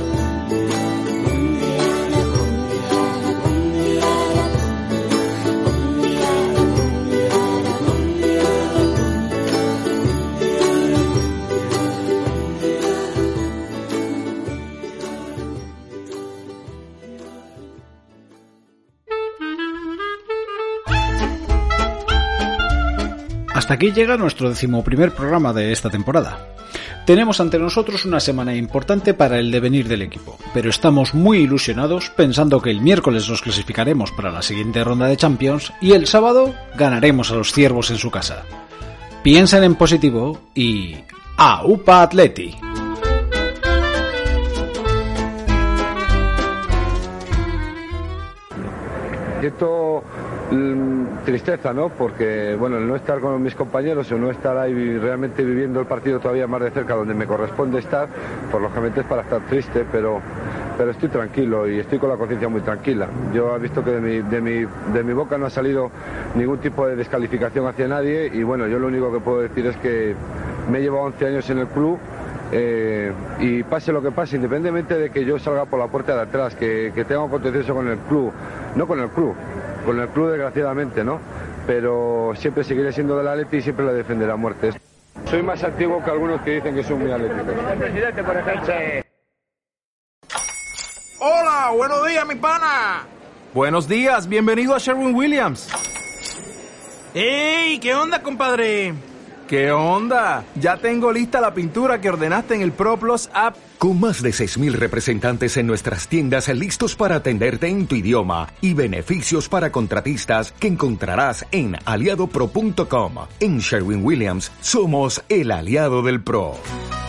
Hasta aquí llega nuestro decimoprimer programa de esta temporada. Tenemos ante nosotros una semana importante para el devenir del equipo, pero estamos muy ilusionados pensando que el miércoles nos clasificaremos para la siguiente ronda de Champions y el sábado ganaremos a los ciervos en su casa. Piensen en positivo y ¡aupa Atleti! Siento tristeza, ¿no? Porque, bueno, el no estar con mis compañeros o no estar ahí realmente viviendo el partido todavía más de cerca donde me corresponde estar, pues lógicamente es para estar triste, pero, pero estoy tranquilo y estoy con la conciencia muy tranquila. Yo he visto que de mi, de, mi, de mi boca no ha salido ningún tipo de descalificación hacia nadie y, bueno, yo lo único que puedo decir es que me he llevado once años en el club. Eh, y pase lo que pase, independientemente de que yo salga por la puerta de atrás, que, que tenga un contencioso con el club, no con el club, con el club desgraciadamente, ¿no? Pero siempre seguiré siendo del Atleti y siempre lo defenderé a muerte. Soy más antiguo que algunos que dicen que son muy atléticos. Presidente, por ejemplo. Hola, buenos días, mi pana. Buenos días, bienvenido a Sherwin Williams. ¡Ey! ¿Qué onda, compadre? ¿Qué onda? Ya tengo lista la pintura que ordenaste en el ProPlus app. Con más de seis mil representantes en nuestras tiendas listos para atenderte en tu idioma y beneficios para contratistas que encontrarás en aliado pro punto com. En Sherwin Williams somos el aliado del pro.